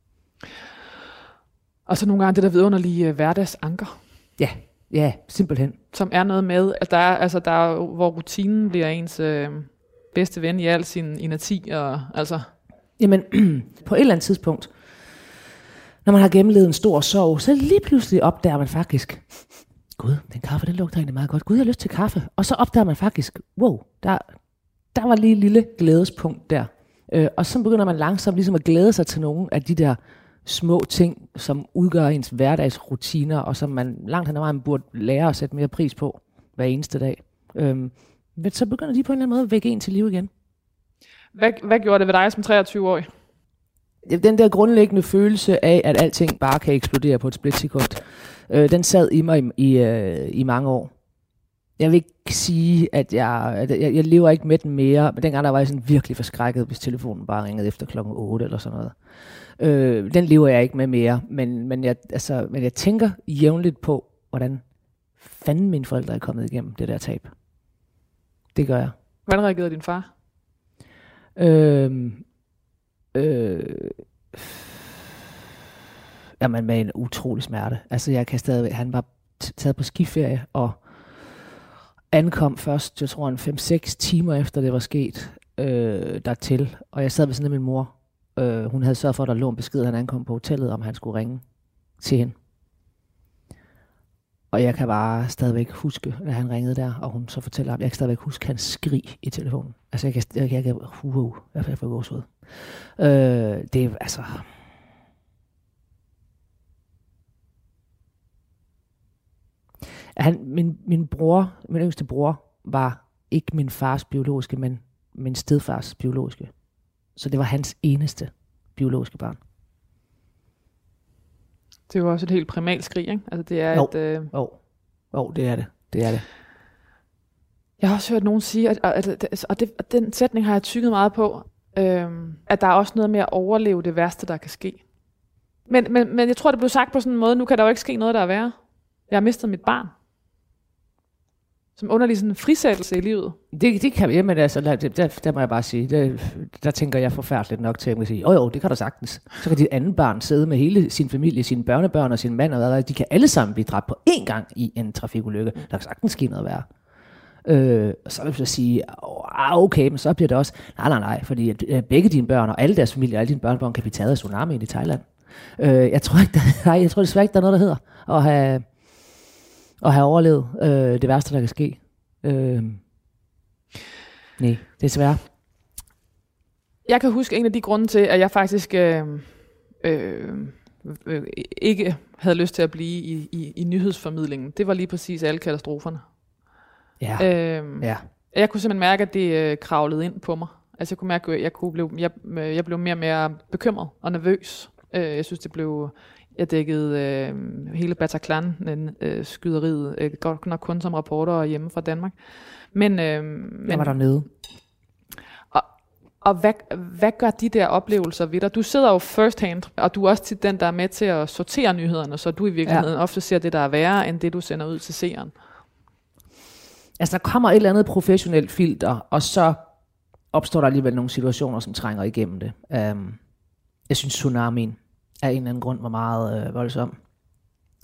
Og så nogle gange det der vidunderlige øh, hverdagsanker. Ja, ja, simpelthen. Som er noget med, at der er, altså der er, hvor rutinen bliver ens øh, bedste ven i al sin inerti, og altså... Jamen, på et eller andet tidspunkt, når man har gennemlevet en stor sorg, så lige pludselig opdager man faktisk, gud, den kaffe, den lugter egentlig meget godt. Gud, jeg har lyst til kaffe. Og så opdager man faktisk, wow, der, der var lige et lille glædespunkt der. Øh, og så begynder man langsomt ligesom at glæde sig til nogle af de der små ting, som udgør ens hverdagsrutiner, og som man langt hen ad vejen burde lære at sætte mere pris på hver eneste dag. Øhm, men så begynder de på en eller anden måde at vække en til liv igen. Hvad, hvad gjorde det ved dig som treogtyve-årig? Den der grundlæggende følelse af, at alting bare kan eksplodere på et splitsekund, øh, den sad i mig i, i, øh, i mange år. Jeg vil ikke sige, at jeg, at jeg, jeg lever ikke med den mere, men dengang der var jeg sådan virkelig forskrækket, hvis telefonen bare ringede efter klokken otte eller sådan noget. Øh, den lever jeg ikke med mere, men, men, jeg, altså, men jeg tænker jævnligt på, hvordan fanden mine forældre er kommet igennem det der tab. Det gør jeg. Hvordan reagerede din far? Øh, øh, jamen med en utrolig smerte. Altså jeg kan stadigvæk, han var t- taget på skiferie og ankom først, jeg tror en fem seks timer efter det var sket øh, dertil. Og jeg sad ved siden af min mor. Øh, hun havde sørget for, at der lå en besked, han ankom på hotellet, om han skulle ringe til hende. Og jeg kan bare stadigvæk huske, da han ringede der, og hun så fortæller ham, jeg kan stadigvæk huske hans skrig i telefonen. Altså jeg kan, jeg, jeg kan, uh, jeg kan få gåsehud. Øh, det er altså... Han, min, min bror, min yngste bror, var ikke min fars biologiske, men min stedfars biologiske. Så det var hans eneste biologiske barn. Det er jo også et helt primalt skrig, ikke? Altså det er jo. et... Øh... Jo. jo, det er det. Det er det. Jeg har også hørt nogen sige, at, at, at, og, det, og den sætning har jeg tykket meget på, øhm, at der er også noget med at overleve det værste, der kan ske. Men, men, men jeg tror, det blev sagt på sådan en måde, nu kan der jo ikke ske noget, der er værre. Jeg har mistet mit barn. Som underlig sådan en frisættelse i livet. Det, det kan jeg, men altså, der, der, der må jeg bare sige, der, der tænker jeg forfærdeligt nok til, at jeg kan sige, åh jo, det kan der sagtens. Så kan dit andet barn sidde med hele sin familie, sine børnebørn og sin mand, og hvad, de kan alle sammen blive dræbt på én gang i en trafikulykke. Der kan sagtens ske noget værre. Øh, og så vil jeg sige, okay, men så bliver det også, nej, nej, nej, fordi begge dine børn og alle deres familier og alle dine børnebørn kan blive taget af tsunamien i Thailand. Øh, jeg tror ikke, der, nej, jeg tror desværre ikke, der er noget, der hedder at have... og have overlevet øh, det værste, der kan ske. Øh, nej, desværre. Jeg kan huske en af de grunde til, at jeg faktisk øh, øh, øh, ikke havde lyst til at blive i, i, i nyhedsformidlingen. Det var lige præcis alle katastroferne. Ja. Øh, ja. Jeg kunne simpelthen mærke, at det øh, kravlede ind på mig. Altså jeg kunne mærke, at jeg, kunne blive, jeg, jeg blev mere og mere bekymret og nervøs. Øh, jeg synes, det blev... Jeg dækkede øh, hele Bataclan-skyderiet, øh, godt nok kun som rapporter hjemme fra Danmark. Men, øh, men, jeg var dernede. Og, og hvad, hvad gør de der oplevelser ved dig? Du sidder jo first hand, og du er også til den, der er med til at sortere nyhederne, så du i virkeligheden ja. ofte ser det, der er værre, end det, du sender ud til seeren. Altså, der kommer et eller andet professionelt filter, og så opstår der alligevel nogle situationer, som trænger igennem det. Um, jeg synes, tsunamien af en eller anden grund var meget øh, voldsom.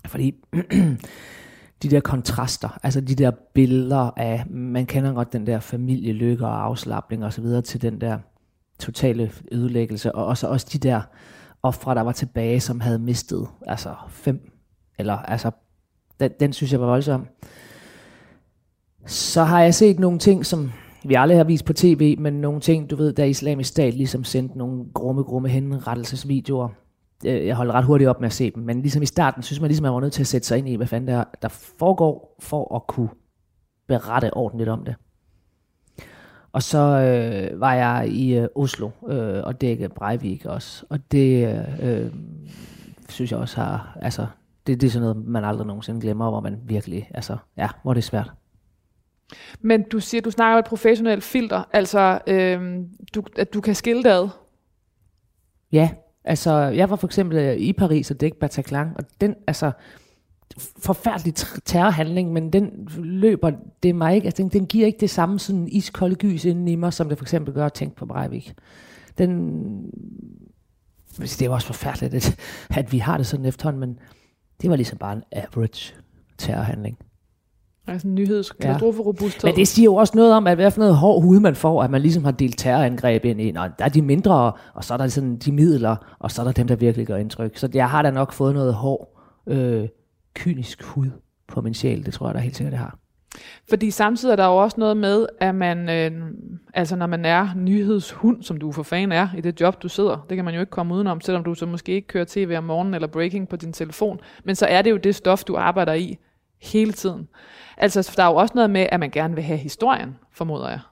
Fordi de der kontraster, altså de der billeder af, man kender godt den der familielykke og afslapning og så videre, til den der totale ødelæggelse, og også, også de der ofre, der var tilbage, som havde mistet altså fem, eller altså, den, den synes jeg var voldsom. Så har jeg set nogle ting, som vi aldrig har vist på tv, men nogle ting, du ved, der Islamisk Stat ligesom sendte nogle grumme, grumme henrettelsesvideoer. Jeg holdt ret hurtigt op med at se dem, men ligesom i starten, synes man ligesom, man var nødt til at sætte sig ind i, hvad fanden der, der foregår, for at kunne berette ordentligt om det. Og så øh, var jeg i øh, Oslo øh, og dækkede Breivik også, og det øh, synes jeg også har, altså, det, det er sådan noget, man aldrig nogensinde glemmer, hvor man virkelig, altså, ja, hvor det er svært. Men du siger, du snakker om et professionelt filter, altså, øh, du, at du kan skille det ad. Ja, altså, jeg var for eksempel i Paris og dækkede Bataclan, og den, altså, forfærdelig terrorhandling, men den løber det mig ikke, altså, den, den giver ikke det samme sådan iskolde gys inden i mig, som det for eksempel gør at tænke på Breivik. Den, det er også forfærdeligt, at, at vi har det sådan efterhånden, men det var ligesom bare en average terrorhandling. Altså en nyhedskatastroferobusthed. Men det siger jo også noget om, at hvad for noget hård hud man får, at man ligesom har delt terrorangreb ind i. Nå, der er de mindre, og så er der sådan de midler, og så er der dem, der virkelig gør indtryk. Så jeg har da nok fået noget hård, øh, kynisk hud på min sjæl. Det tror jeg da helt sikkert, det har. Fordi samtidig er der jo også noget med, at man, øh, altså når man er nyhedshund, som du for fan er, i det job, du sidder, det kan man jo ikke komme udenom, selvom du så måske ikke kører tv om morgenen eller breaking på din telefon, men så er det jo det stof, du arbejder i hele tiden. Altså, der er jo også noget med, at man gerne vil have historien, formoder jeg.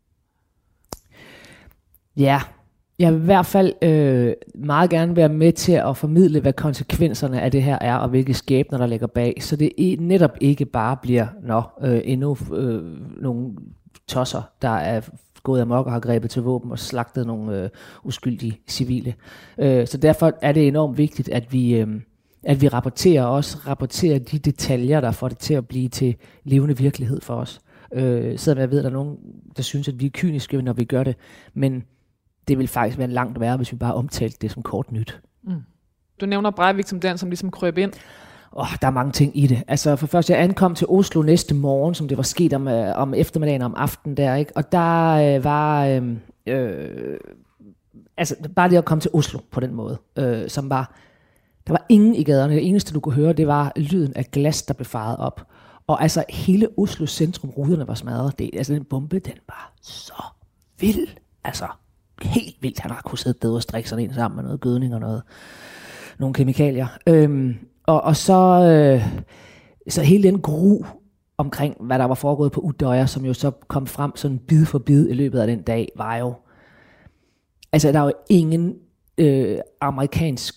Ja, jeg vil i hvert fald øh, meget gerne være med til at formidle, hvad konsekvenserne af det her er, og hvilke skæbner, der ligger bag. Så det er netop ikke bare bliver nå, øh, endnu øh, nogle tosser, der er gået amok og har grebet til våben og slagtet nogle øh, uskyldige civile. Øh, så derfor er det enormt vigtigt, at vi... Øh, at vi rapporterer også, rapporterer de detaljer, der får det til at blive til levende virkelighed for os. Øh, selvom jeg ved, at der er nogen, der synes, at vi er kyniske, når vi gør det, men det vil faktisk være langt værre, hvis vi bare omtalte det som kort nyt. Mm. Du nævner Breivik som den, som ligesom krøb ind. Åh, oh, der er mange ting i det. Altså for først, jeg ankom til Oslo næste morgen, som det var sket om, om eftermiddagen og om aftenen der, ikke? Og der øh, var... Øh, øh, altså bare det at komme til Oslo på den måde, øh, som var... Der var ingen i gaderne. Det eneste, du kunne høre, det var lyden af glas, der blev faret op. Og altså hele Oslos centrum, ruderne var smadret. Det, altså den bombe, den var så vild. Altså helt vildt. Han har kunnet sidde der og strikke sådan en sammen med noget gødning og noget, nogle kemikalier. Øhm, og, og så, øh, så hele den gru omkring, hvad der var foregået på Udøya, som jo så kom frem sådan bid for bid i løbet af den dag, var jo... Altså der var jo ingen øh, amerikansk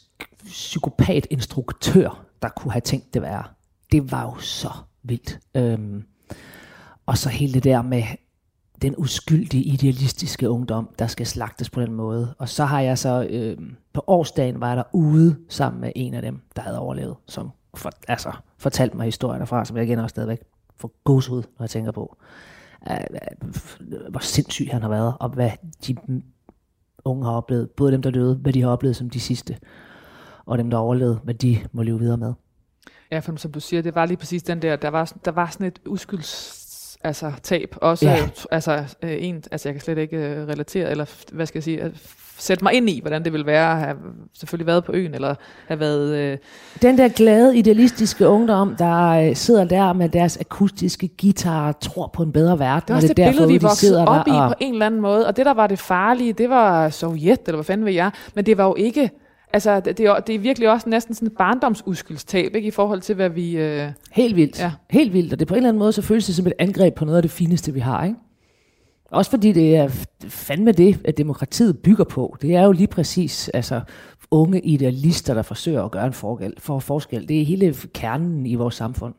psykopat-instruktør, der kunne have tænkt det værre. Det var jo så vildt. Øhm, og så hele det der med den uskyldige, idealistiske ungdom, der skal slagtes på den måde. Og så har jeg så, øhm, på årsdagen var jeg derude sammen med en af dem, der havde overlevet, som for, altså, fortalte mig historier derfra, som jeg igen også stadigvæk får gåsehud, når jeg tænker på, øh, hvor sindssyg han har været, og hvad de unge har oplevet, både dem, der døde, hvad de har oplevet som de sidste, og dem, der overlevede, hvad de må leve videre med. Ja, for som du siger, det var lige præcis den der, der var, der var sådan et uskylds, altså tab, også, ja. altså en, altså jeg kan slet ikke uh, relatere, eller hvad skal jeg sige, uh, sætte mig ind i, hvordan det ville være at have selvfølgelig været på øen, eller have været... Uh... Den der glade, idealistiske ungdom, der uh, sidder der med deres akustiske guitar, tror på en bedre verden. Det var også det, det billede, vi voksede op i og... på en eller anden måde, og det, der var det farlige, det var Sovjet, eller hvad fanden ved jeg, men det var jo ikke... Altså, det er, det er virkelig også næsten sådan et barndomsuskyldstab, ikke, i forhold til, hvad vi... Øh... Helt vildt. Ja. Helt vildt, og det på en eller anden måde, så føles det som et angreb på noget af det fineste, vi har, ikke? Også fordi det er fandme det, at demokratiet bygger på. Det er jo lige præcis, altså, unge idealister, der forsøger at gøre en forskel. For forskel. Det er hele kernen i vores samfund.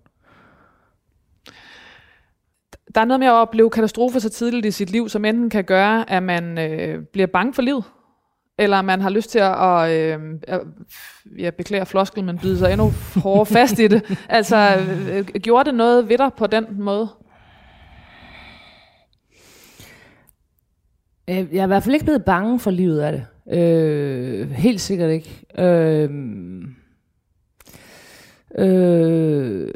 Der er noget med at opleve katastrofer så tidligt i sit liv, som enten kan gøre, at man øh, bliver bange for livet, eller man har lyst til at, øh, jeg beklager floskel, men byde sig endnu hårdere fast i det. Altså, øh, gjorde det noget ved dig på den måde? Jeg er i hvert fald ikke blevet bange for livet af det. Øh, helt sikkert ikke. Øh, Øh,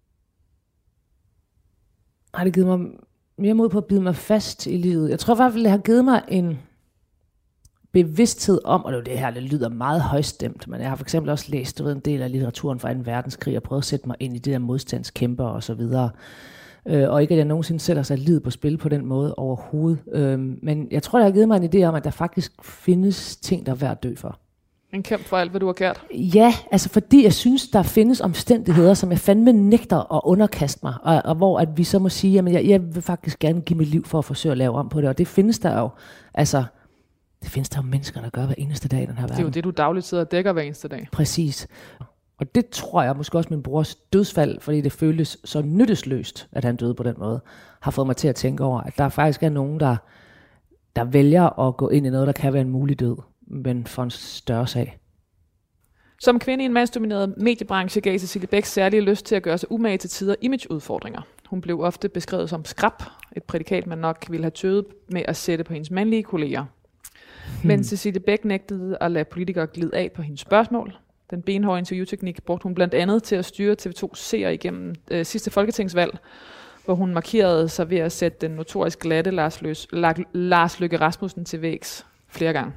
har det givet mig mere mod på at bide mig fast i livet? Jeg tror i hvert fald, det har givet mig en bevidsthed om, og det er det her, det lyder meget højstemt, men jeg har for eksempel også læst du ved, en del af litteraturen fra anden verdenskrig, og prøvet at sætte mig ind i det der modstandskæmper og så videre. Øh, og ikke at jeg nogensinde sætter sig livet på spil på den måde overhovedet. Øh, men jeg tror, det har givet mig en idé om, at der faktisk findes ting, der er værd at dø for. En kæmpe for alt, hvad du har gjort. Ja, altså fordi jeg synes, der findes omstændigheder, som jeg fandme nægter at underkaste mig, og, og hvor at vi så må sige, at jeg, jeg vil faktisk gerne give mit liv for at forsøge at lave om på det, og det findes der jo. Altså, det findes der jo mennesker, der gør hver eneste dag i den her verden. Det er jo det, du dagligt sidder og dækker hver eneste dag. Præcis. Og det tror jeg måske også min brors dødsfald, fordi det føltes så nyttesløst, at han døde på den måde, har fået mig til at tænke over, at der faktisk er nogen, der, der vælger at gå ind i noget, der kan være en mulig død, men for en større sag. Som kvinde i en mandsdomineret mediebranche gav Cecilie Bæk særlig lyst til at gøre sig umage til tider imageudfordringer. Hun blev ofte beskrevet som skrap, et prædikat, man nok ville have tøvet med at sætte på hendes mandlige kolleger. Hmm. Men Cecilie Bæk nægtede at lade politikere glide af på hendes spørgsmål. Den benhårde interviewteknik brugte hun blandt andet til at styre T V to seere igennem øh, sidste folketingsvalg, hvor hun markerede sig ved at sætte den notorisk glatte Lars, Løs, La, Lars Løkke Rasmussen til vægs flere gange.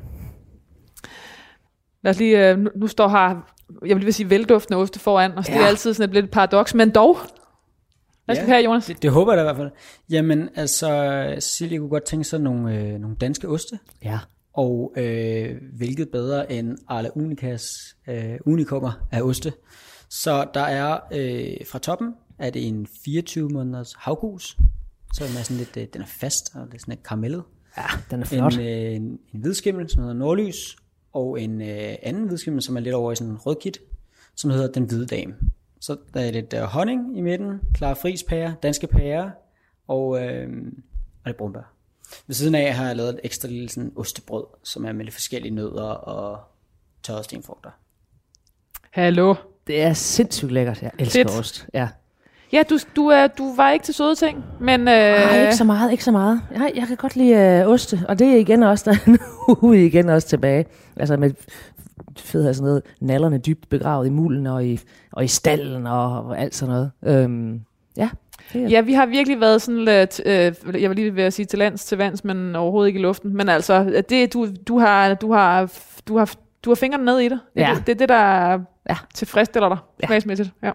Lad os lige, øh, nu, nu står her, jeg vil lige sige velduftende oste foran os. Ja. Det er altid sådan et lidt paradoks, men dog. Hvad skal ja, vi have, Jonas? Det, det håber jeg da i hvert fald. Jamen, altså, Cecilie kunne godt tænke sig nogle, øh, nogle danske oste. Ja. Og øh, hvilket bedre end Arla Unicas øh, unikunger af oste. Så der er øh, fra toppen, er det en fireogtyve måneders havgus. Så er den er sådan lidt, øh, den er fast, og det er sådan lidt karamellet. Ja, den er flot. En, øh, en, en hvidskimmel, som hedder Nordlys, og en øh, anden hvidskimmel, som er lidt over i sådan en rødkit, som hedder Den Hvide Dame. Så der er lidt øh, honning i midten, klare frispærer, danske pærer, og, øh, og det brumbær. Ved siden af har jeg lavet et ekstra lille sådan ostebrød, som er med lidt forskellige nødder og tørrede stenfrugter. Hallo. Det er sindssygt lækkert. Jeg elsker Fedt. ost. Ja. Ja, du, du, øh, du var ikke til søde ting, men... Øh... Nej, ikke så meget, ikke så meget. Jeg, jeg kan godt lide øh, oste, og det er igen også, der er nu igen også tilbage. Altså med fed her sådan noget, nallerne dybt begravet i mulden og i, og i stallen og, og alt sådan noget. Øhm, ja. Ja, vi har virkelig været sådan lidt, øh, jeg vil lige ved at sige til lands, til vands, men overhovedet ikke i luften. Men altså, det, du, du, har, du, har, du, har, du har fingrene ned i det. Ja. Det, det er det, der ja. tilfredsstiller dig ja. smagsmæssigt. Ja.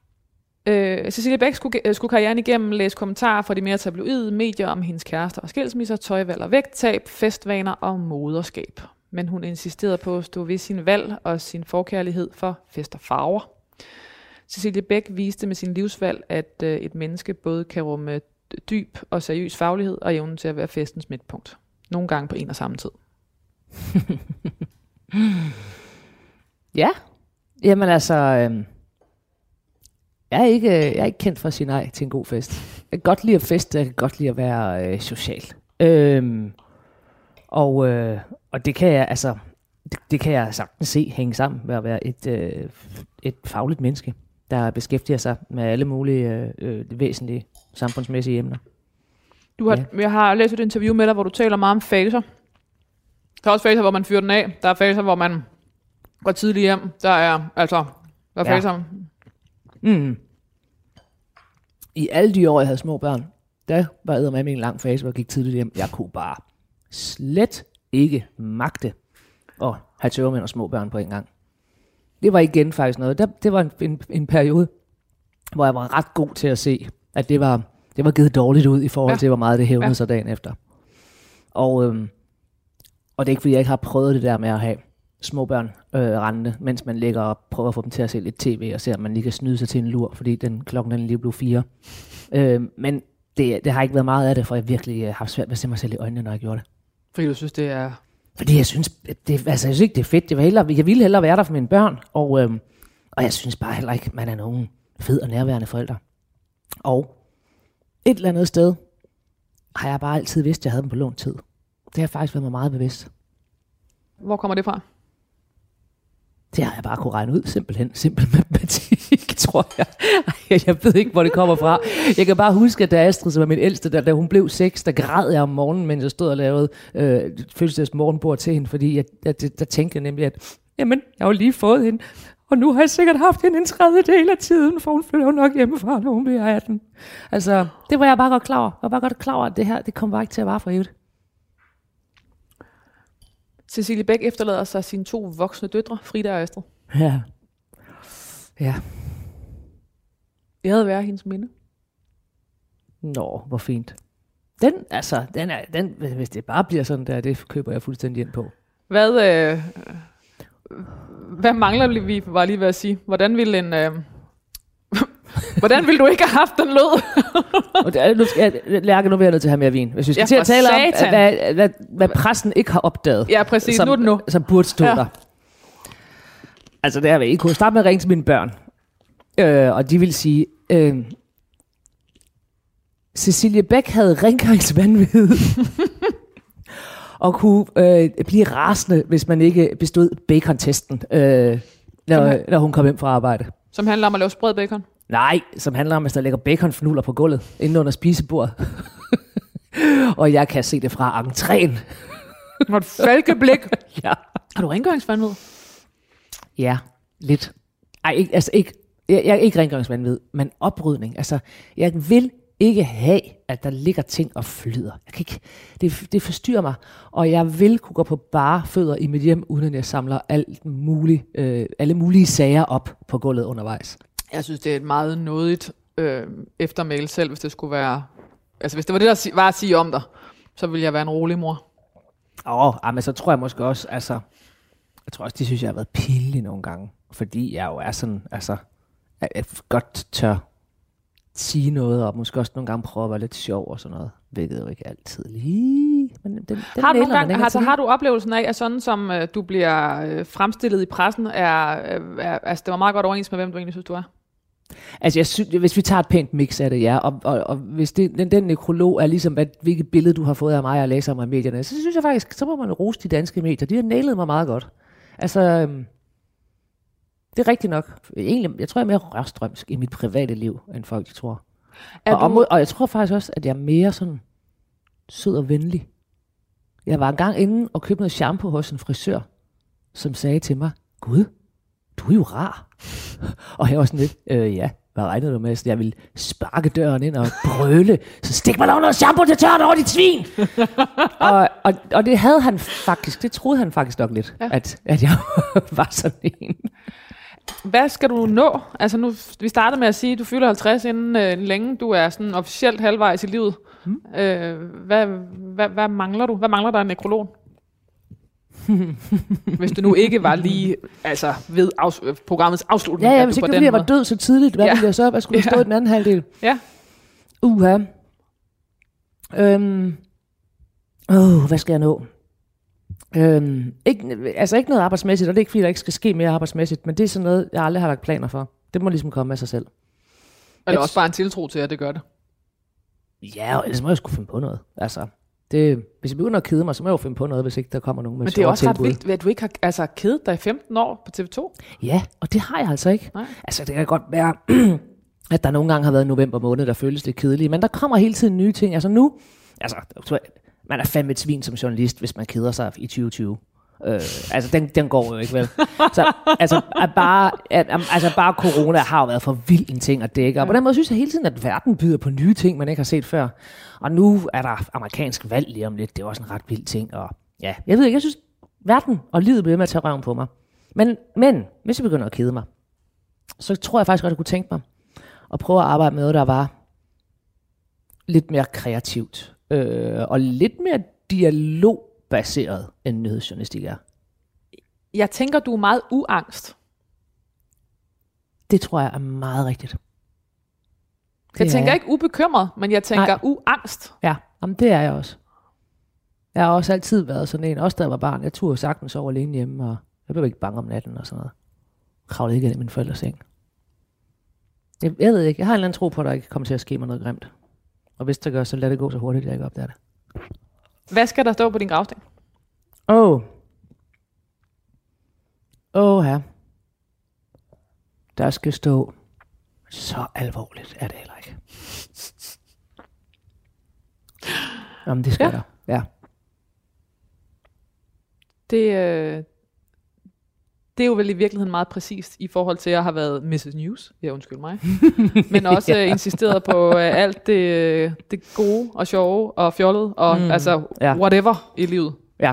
Øh, Cecilie Bæk skulle, skulle karrieren igennem læse kommentarer fra de mere tabloide medier om hendes kærester og skilsmisser, tøjvalg og vægttab, festvaner og moderskab. Men hun insisterede på at stå ved sin valg og sin forkærlighed for fest og farver. Cecilie Bæk viste med sin livsvalg, at øh, et menneske både kan rumme dyb og seriøs faglighed og evnen til at være festens midtpunkt. Nogle gange på en og samme tid. Ja, jamen altså, øh, jeg, er ikke, jeg er ikke kendt for at sige nej til en god fest. Jeg kan godt lide at feste, jeg kan godt lide at være øh, social. Øh, og, øh, og det kan jeg altså, det, det kan jeg sagtens se hænge sammen med at være et, øh, et fagligt menneske, der beskæftiger sig med alle mulige øh, væsentlige samfundsmæssige emner. Du har, ja. Jeg har læst et interview med dig, hvor du taler meget om faser. Der er også faser, hvor man fyrer den af. Der er faser, hvor man går tidligt hjem. Der er altså, der er ja. faser. Mm. I alle de år, jeg havde små børn, der var jeg med en lang fase, hvor jeg gik tidligt hjem. Jeg kunne bare slet ikke magte at have tøvermænd og små børn på en gang. Det var igen faktisk noget. Der, det var en, en, en periode, hvor jeg var ret god til at se, at det var, det var givet dårligt ud i forhold ja. til, hvor meget det hævnede ja. sig dagen efter. Og, øhm, og det er ikke, fordi jeg ikke har prøvet det der med at have små børn øh, rendende, mens man ligger og prøver at få dem til at se lidt tv, og se, om man lige kan snyde sig til en lur, fordi den klokken den lige blev fire. Øh, men det, det har ikke været meget af det, for jeg virkelig øh, har svært ved at se mig selv i øjnene, når jeg gjorde det. Fordi du synes, det er... Fordi jeg synes, det, altså, jeg synes ikke, det er fedt. Jeg, vil hellere, jeg ville hellere være der for mine børn, og, øhm, og jeg synes bare heller ikke, man er nogen fed og nærværende forældre. Og et eller andet sted har jeg bare altid vidst, at jeg havde dem på lånt tid. Det har faktisk været mig meget bevidst. Hvor kommer det fra? Det har jeg bare kunne regne ud, simpelthen. Simpel matematik, tror jeg. Jeg ved ikke, hvor det kommer fra. Jeg kan bare huske, at da Astrid, som var min ældste, da, da hun blev seks, der græd jeg om morgenen, mens jeg stod og lavede øh, fødselsdags morgenbord til hende, fordi jeg, jeg, der tænkte jeg nemlig, at jamen, jeg har jo lige fået hende, Og nu har jeg sikkert haft hende en tredjedel af tiden, for hun flytter jo nok hjemmefra, når hun bliver atten. Altså, det var jeg bare godt klar over. Jeg var bare godt klar over, at det her, det kom bare ikke til at vare for evigt. Cecilie Bæk efterlader sig sine to voksne døtre, Frida og Astrid. Ja. Ja. Det havde været hendes minde. Nå, hvor fint. Den, altså, den er, den, hvis det bare bliver sådan der, det køber jeg fuldstændig ind på. Hvad, øh, hvad mangler vi, var lige ved at sige? Hvordan ville en... Øh, hvordan ville du ikke have haft den lød? Og det, nu skal jeg, Lærke, nu vil jeg nødt til at have mere vin. Hvis vi skal Ja, til at for tale satan. om, hvad, hvad, hvad pressen ikke har opdaget. Ja, præcis. Som, Nu er det nu. Som burde stå Ja. der. Altså, det er jeg ikke kunne starte med at ringe til mine børn. Øh, og de vil sige... Øh, Cecilie Bæk havde rengøringsvanvid og kunne øh, blive rasende, hvis man ikke bestod bacon-testen, øh, når, når hun kom hjem fra arbejde. Som handler om at lave sprød bacon. Nej, som handler om, at der ligger baconfnuller på gulvet, inde under spisebordet. Og jeg kan se det fra entréen. Har du falkeblik? Ja. Har du rengøringsvanvid? Ja, lidt. Ej, ikke, altså ikke, jeg, jeg er ikke rengøringsvanvid, men oprydning. Altså, jeg vil ikke have, at der ligger ting og flyder. Jeg kan ikke, det, det forstyrrer mig, og jeg vil kunne gå på bare fødder i mit hjem, uden at jeg samler alt muligt, øh, alle mulige sager op på gulvet undervejs. Jeg synes, det er et meget nådigt øh, eftermæl selv, hvis det skulle være... Altså, hvis det var det, der si- var at sige om dig, så ville jeg være en rolig mor. Åh, oh, men så tror jeg måske også, altså... Jeg tror også, de synes, jeg har været pillig nogle gange. Fordi jeg jo er sådan, altså... Jeg, jeg godt tør sige noget, og måske også nogle gange prøve at være lidt sjov og sådan noget. Hvilket jo ikke altid lige... Men den, den Har du, nailer nogle man gange, ikke altså, altid. har du oplevelsen af, at sådan som øh, du bliver øh, fremstillet i pressen, er, øh, er, altså det var meget godt overens med, hvem du egentlig synes, du er? Altså, jeg synes, hvis vi tager et pænt mix af det, ja, og, og, og hvis det, den, den nekrolog er ligesom, hvad, hvilket billede du har fået af mig og læser om i medierne, så synes jeg faktisk, så må man rose de danske medier. De har nailet mig meget godt. Altså, øhm, det er rigtigt nok. Egentlig, jeg tror, jeg er mere rørstrømsk i mit private liv, end folk de tror. Er Og, du, og, og jeg tror faktisk også, at jeg er mere sådan sød og venlig. Jeg var engang inde og købte noget shampoo hos en frisør, som sagde til mig, Gud, du er jo rar. Og jeg var sådan lidt, øh, ja, hvad regnede du med? Så jeg ville sparke døren ind og brøle. Så stik mig dog noget shampoo til tørt over dit svin! og, og, og det havde han faktisk, det troede han faktisk nok lidt, Ja. at, at jeg var sådan en. hvad skal du nå? Altså nu, vi startede med at sige, at du fylder halvtreds inden øh, længe. Du er sådan officielt halvvejs i livet. Mm. Øh, hvad, hvad, hvad mangler du? Hvad mangler der en nekrolog? Hvis du nu ikke var lige altså, ved afs- programmets afslutning. Ja, ja, at hvis du ikke på det den fordi jeg var måde- død så tidligt, hvad Ja. ville jeg så? Hvad skulle der Ja. stå i den anden halvdel? Ja. Uha. Øhm. Åh, hvad skal jeg nå? Øhm, ikke, altså ikke noget arbejdsmæssigt, og det er ikke fordi, der ikke skal ske mere arbejdsmæssigt, men det er sådan noget, jeg aldrig har lagt planer for. Det må ligesom komme af sig selv. Eller også bare en tiltro til, at det gør det. Ja, og ellers må jeg sgu finde på noget. Altså, det, hvis jeg begynder at kede mig, så må jeg jo finde på noget, hvis ikke der kommer nogen med Men det er sjove også ret tilbud. vildt, at du ikke har altså, kedet dig i femten år på T V to. Ja, og det har jeg altså ikke. Nej. Altså, det kan godt være, at der nogle gange har været november måned, der føles lidt kedeligt, men der kommer hele tiden nye ting. Altså nu, altså, man er fandme et svin som journalist, hvis man keder sig i tyve tyve. Øh, altså, den, den går jo ikke, vel? Så altså, at bare, at, altså, bare corona har jo været for vild en ting at dække. Og på den måde synes jeg hele tiden, at verden byder på nye ting, man ikke har set før. Og nu er der amerikansk valg lige om lidt. Det er også en ret vild ting. Og ja, jeg ved ikke, jeg synes, verden og livet bliver med at tage røven på mig. Men, men hvis jeg begynder at kede mig, så tror jeg faktisk godt, at jeg kunne tænke mig at prøve at arbejde med noget, der var lidt mere kreativt. Øh, og lidt mere dialogbaseret, end nyhedsjournalistik er. Jeg tænker, du er meget uangst. Det tror jeg er meget rigtigt. Jeg Det tænker er- ikke ubekymret, men jeg tænker Nej. uangst. Ja, jamen det er jeg også. Jeg har også altid været sådan en, også da jeg var barn. Jeg turde sagtens sove alene hjemme, og jeg blev ikke bange om natten og sådan noget. Kravlede ikke ind i min forældres seng. Jeg, jeg ved ikke, jeg har en eller anden tro på, at der ikke kommer til at ske mig noget grimt. Og hvis det gør, så lad det gå så hurtigt, at jeg ikke opdager det. Hvad skal der stå på din gravsten? Åh. Oh. Åh, her. Der skal stå, så alvorligt er det heller ikke. Jamen, det skal Ja. der. Ja. Det, øh, det er jo vel i virkeligheden meget præcist i forhold til at have været missus News, ja undskyld mig, men også ja. insisteret på uh, alt det, det gode og sjove og fjollet og mm. altså ja. whatever i livet. Ja.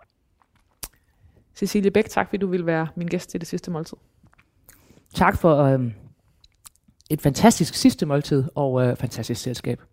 Cecilie Bæk, tak fordi du ville være min gæst til det sidste måltid. Tak for øh, et fantastisk sidste måltid og øh, fantastisk selskab.